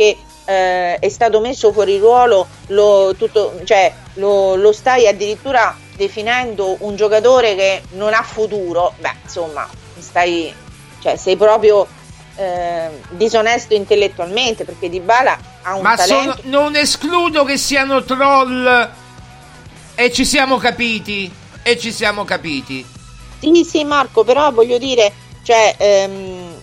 eh, è stato messo fuori ruolo, lo, tutto, cioè, lo, lo stai addirittura definendo un giocatore che non ha futuro, beh insomma stai, cioè, sei proprio eh, disonesto intellettualmente, perché Dybala ha un ma talento. Sono, non escludo che siano troll, e ci siamo capiti e ci siamo capiti Sì sì Marco, però voglio dire, cioè ehm,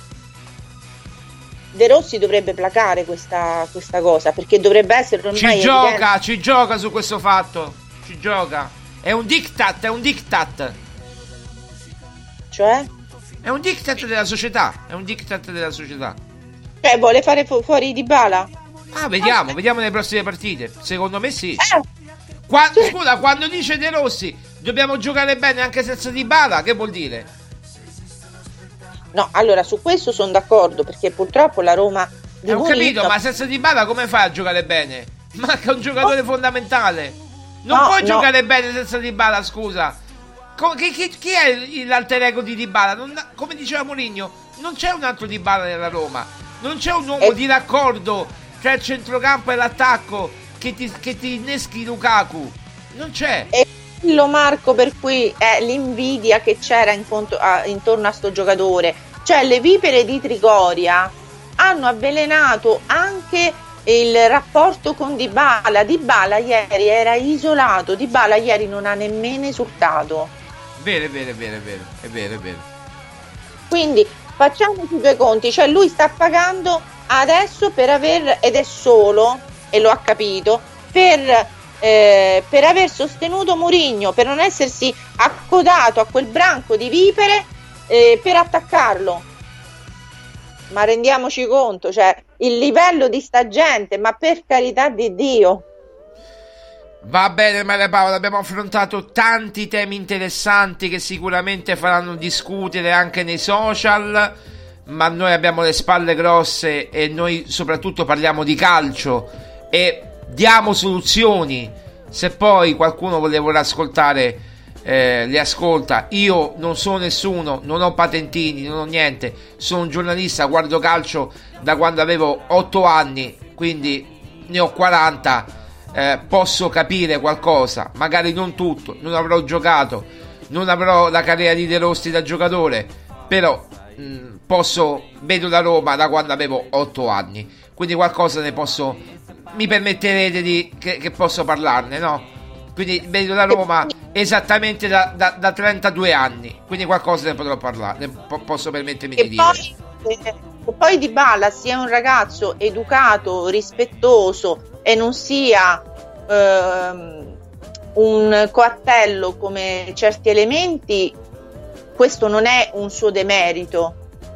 De Rossi dovrebbe placare questa, questa cosa, perché dovrebbe essere ormai ci gioca evidente. ci gioca su questo fatto, ci gioca. È un diktat, è un diktat. Cioè? È un diktat della società, è un diktat della società. Cioè vuole fare fu- fuori Dybala? Ah, vediamo, ah, vediamo nelle prossime partite. Secondo me sì. Eh. Qua, scusa, quando dice De Rossi dobbiamo giocare bene anche senza Dybala, che vuol dire? No, allora su questo sono d'accordo, perché purtroppo la Roma di Eh, ho Mourinho... capito, ma senza Dybala come fai a giocare bene? Manca un giocatore oh. fondamentale. Non no, puoi no. giocare bene senza Dybala, scusa. Com- chi, chi, chi è l'alter ego di Dybala? Non, come diceva Mourinho, non c'è un altro Dybala nella Roma. Non c'è un uomo eh. di raccordo tra il centrocampo e l'attacco che ti, che ti inneschi Lukaku. Non c'è. E quello, Marco, per cui è l'invidia che c'era in conto, a, intorno a sto giocatore. Cioè le vipere di Trigoria hanno avvelenato anche il rapporto con Dybala. Dybala ieri era isolato, Dybala ieri non ha nemmeno esultato. Vero, è vero, è vero, è vero, è vero, è vero. Quindi facciamoci due conti, cioè lui sta pagando adesso per aver, ed è solo, e lo ha capito, per, eh, per aver sostenuto Mourinho, per non essersi accodato a quel branco di vipere eh, per attaccarlo. Ma rendiamoci conto, cioè il livello di sta gente, ma per carità di Dio. Va bene Maria Paola, abbiamo affrontato tanti temi interessanti che sicuramente faranno discutere anche nei social, ma noi abbiamo le spalle grosse e noi soprattutto parliamo di calcio e diamo soluzioni. Se poi qualcuno voleva ascoltare, eh, le ascolta. Io non sono nessuno, non ho patentini, non ho niente, sono un giornalista, guardo calcio da quando avevo otto anni, quindi ne ho quaranta. Eh, posso capire qualcosa, magari non tutto, non avrò giocato, non avrò la carriera di De Rossi da giocatore, però mh, posso, vedo la Roma da quando avevo otto anni, quindi qualcosa ne posso, mi permetterete di che, che posso parlarne, no? Quindi vedo la Roma esattamente da, da, da trentadue anni, quindi qualcosa ne potrò parlare, ne po- posso permettermi e di poi, dire. eh, e poi Dybala sia un ragazzo educato, rispettoso e non sia ehm, un coattello come certi elementi, questo non è un suo demerito,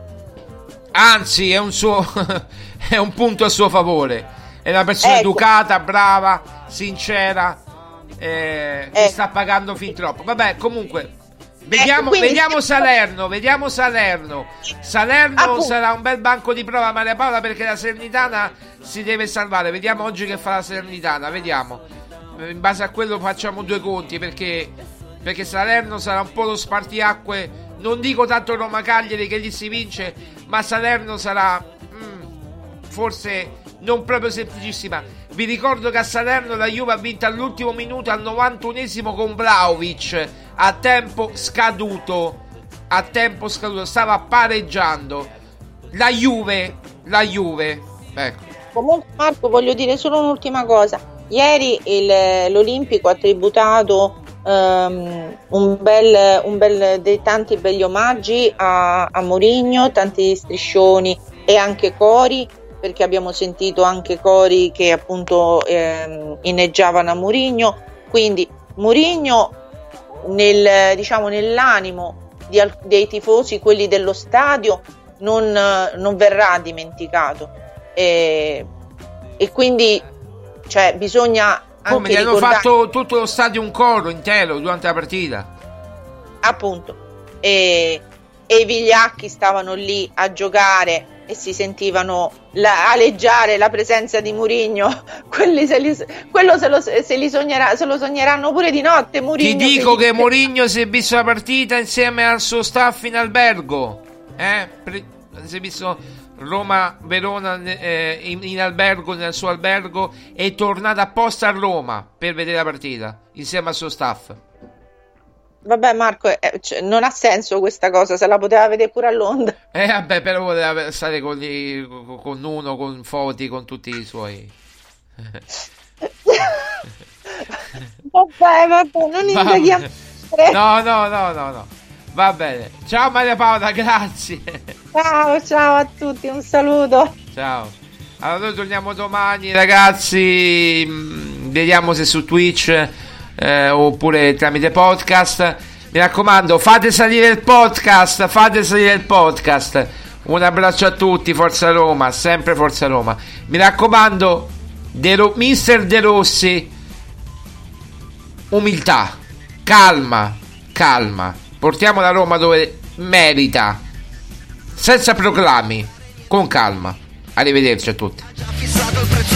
anzi è un suo è un punto a suo favore. È una persona ecco. educata, brava, sincera, eh, che ecco. sta pagando fin troppo. Vabbè, comunque vediamo, ecco, vediamo Salerno, vediamo Salerno. Salerno appunto. Sarà un bel banco di prova, Maria Paola, perché la Salernitana si deve salvare. Vediamo oggi che fa la Salernitana, vediamo. In base a quello facciamo due conti, perché perché Salerno sarà un po' lo spartiacque. Non dico tanto Roma Cagliari che lì si vince, ma Salerno sarà mm, forse non proprio semplicissima. Vi ricordo che a Salerno la Juve ha vinto all'ultimo minuto, al novantunesimo, con Vlahovic a tempo scaduto. A tempo scaduto, stava pareggiando la Juve. La Juve, ecco. Comunque, Marco, voglio dire solo un'ultima cosa. Ieri il, l'Olimpico ha tributato um, un bel, un bel dei tanti belli omaggi a, a Mourinho, tanti striscioni e anche cori, perché abbiamo sentito anche cori che appunto ehm, inneggiavano a Mourinho. Quindi Mourinho nel, diciamo, nell'animo di, dei tifosi, quelli dello stadio, non, non verrà dimenticato, e, e quindi cioè bisogna anche come gli hanno ricordare, fatto tutto lo stadio un coro intero durante la partita, appunto, e, e i vigliacchi stavano lì a giocare e si sentivano la, aleggiare la presenza di Mourinho. Quelli se li, quello se lo, se li sognerà, se lo sogneranno pure di notte. Mourinho, ti dico che gli... Mourinho si è visto la partita insieme al suo staff in albergo, eh? Pre- si è visto Roma-Verona eh, in, in albergo, nel suo albergo, è tornato apposta a Roma per vedere la partita insieme al suo staff. Vabbè Marco, eh, cioè, non ha senso questa cosa, se la poteva vedere pure a Londra. Eh vabbè, però voleva stare con, gli, con uno, con Foti, con tutti i suoi. Vabbè, vabbè, non indaghiamo. No, no, no, no, no. Va bene. Ciao Maria Paola, grazie. Ciao, ciao a tutti, un saluto. Ciao. Allora noi torniamo domani, ragazzi. Vediamo se su Twitch eh, oppure tramite podcast. Mi raccomando, fate salire il podcast, fate salire il podcast. Un abbraccio a tutti, Forza Roma, sempre Forza Roma. Mi raccomando, De Ro- mister De Rossi, umiltà, calma, calma. Portiamo la Roma dove merita, senza proclami, con calma. Arrivederci a tutti.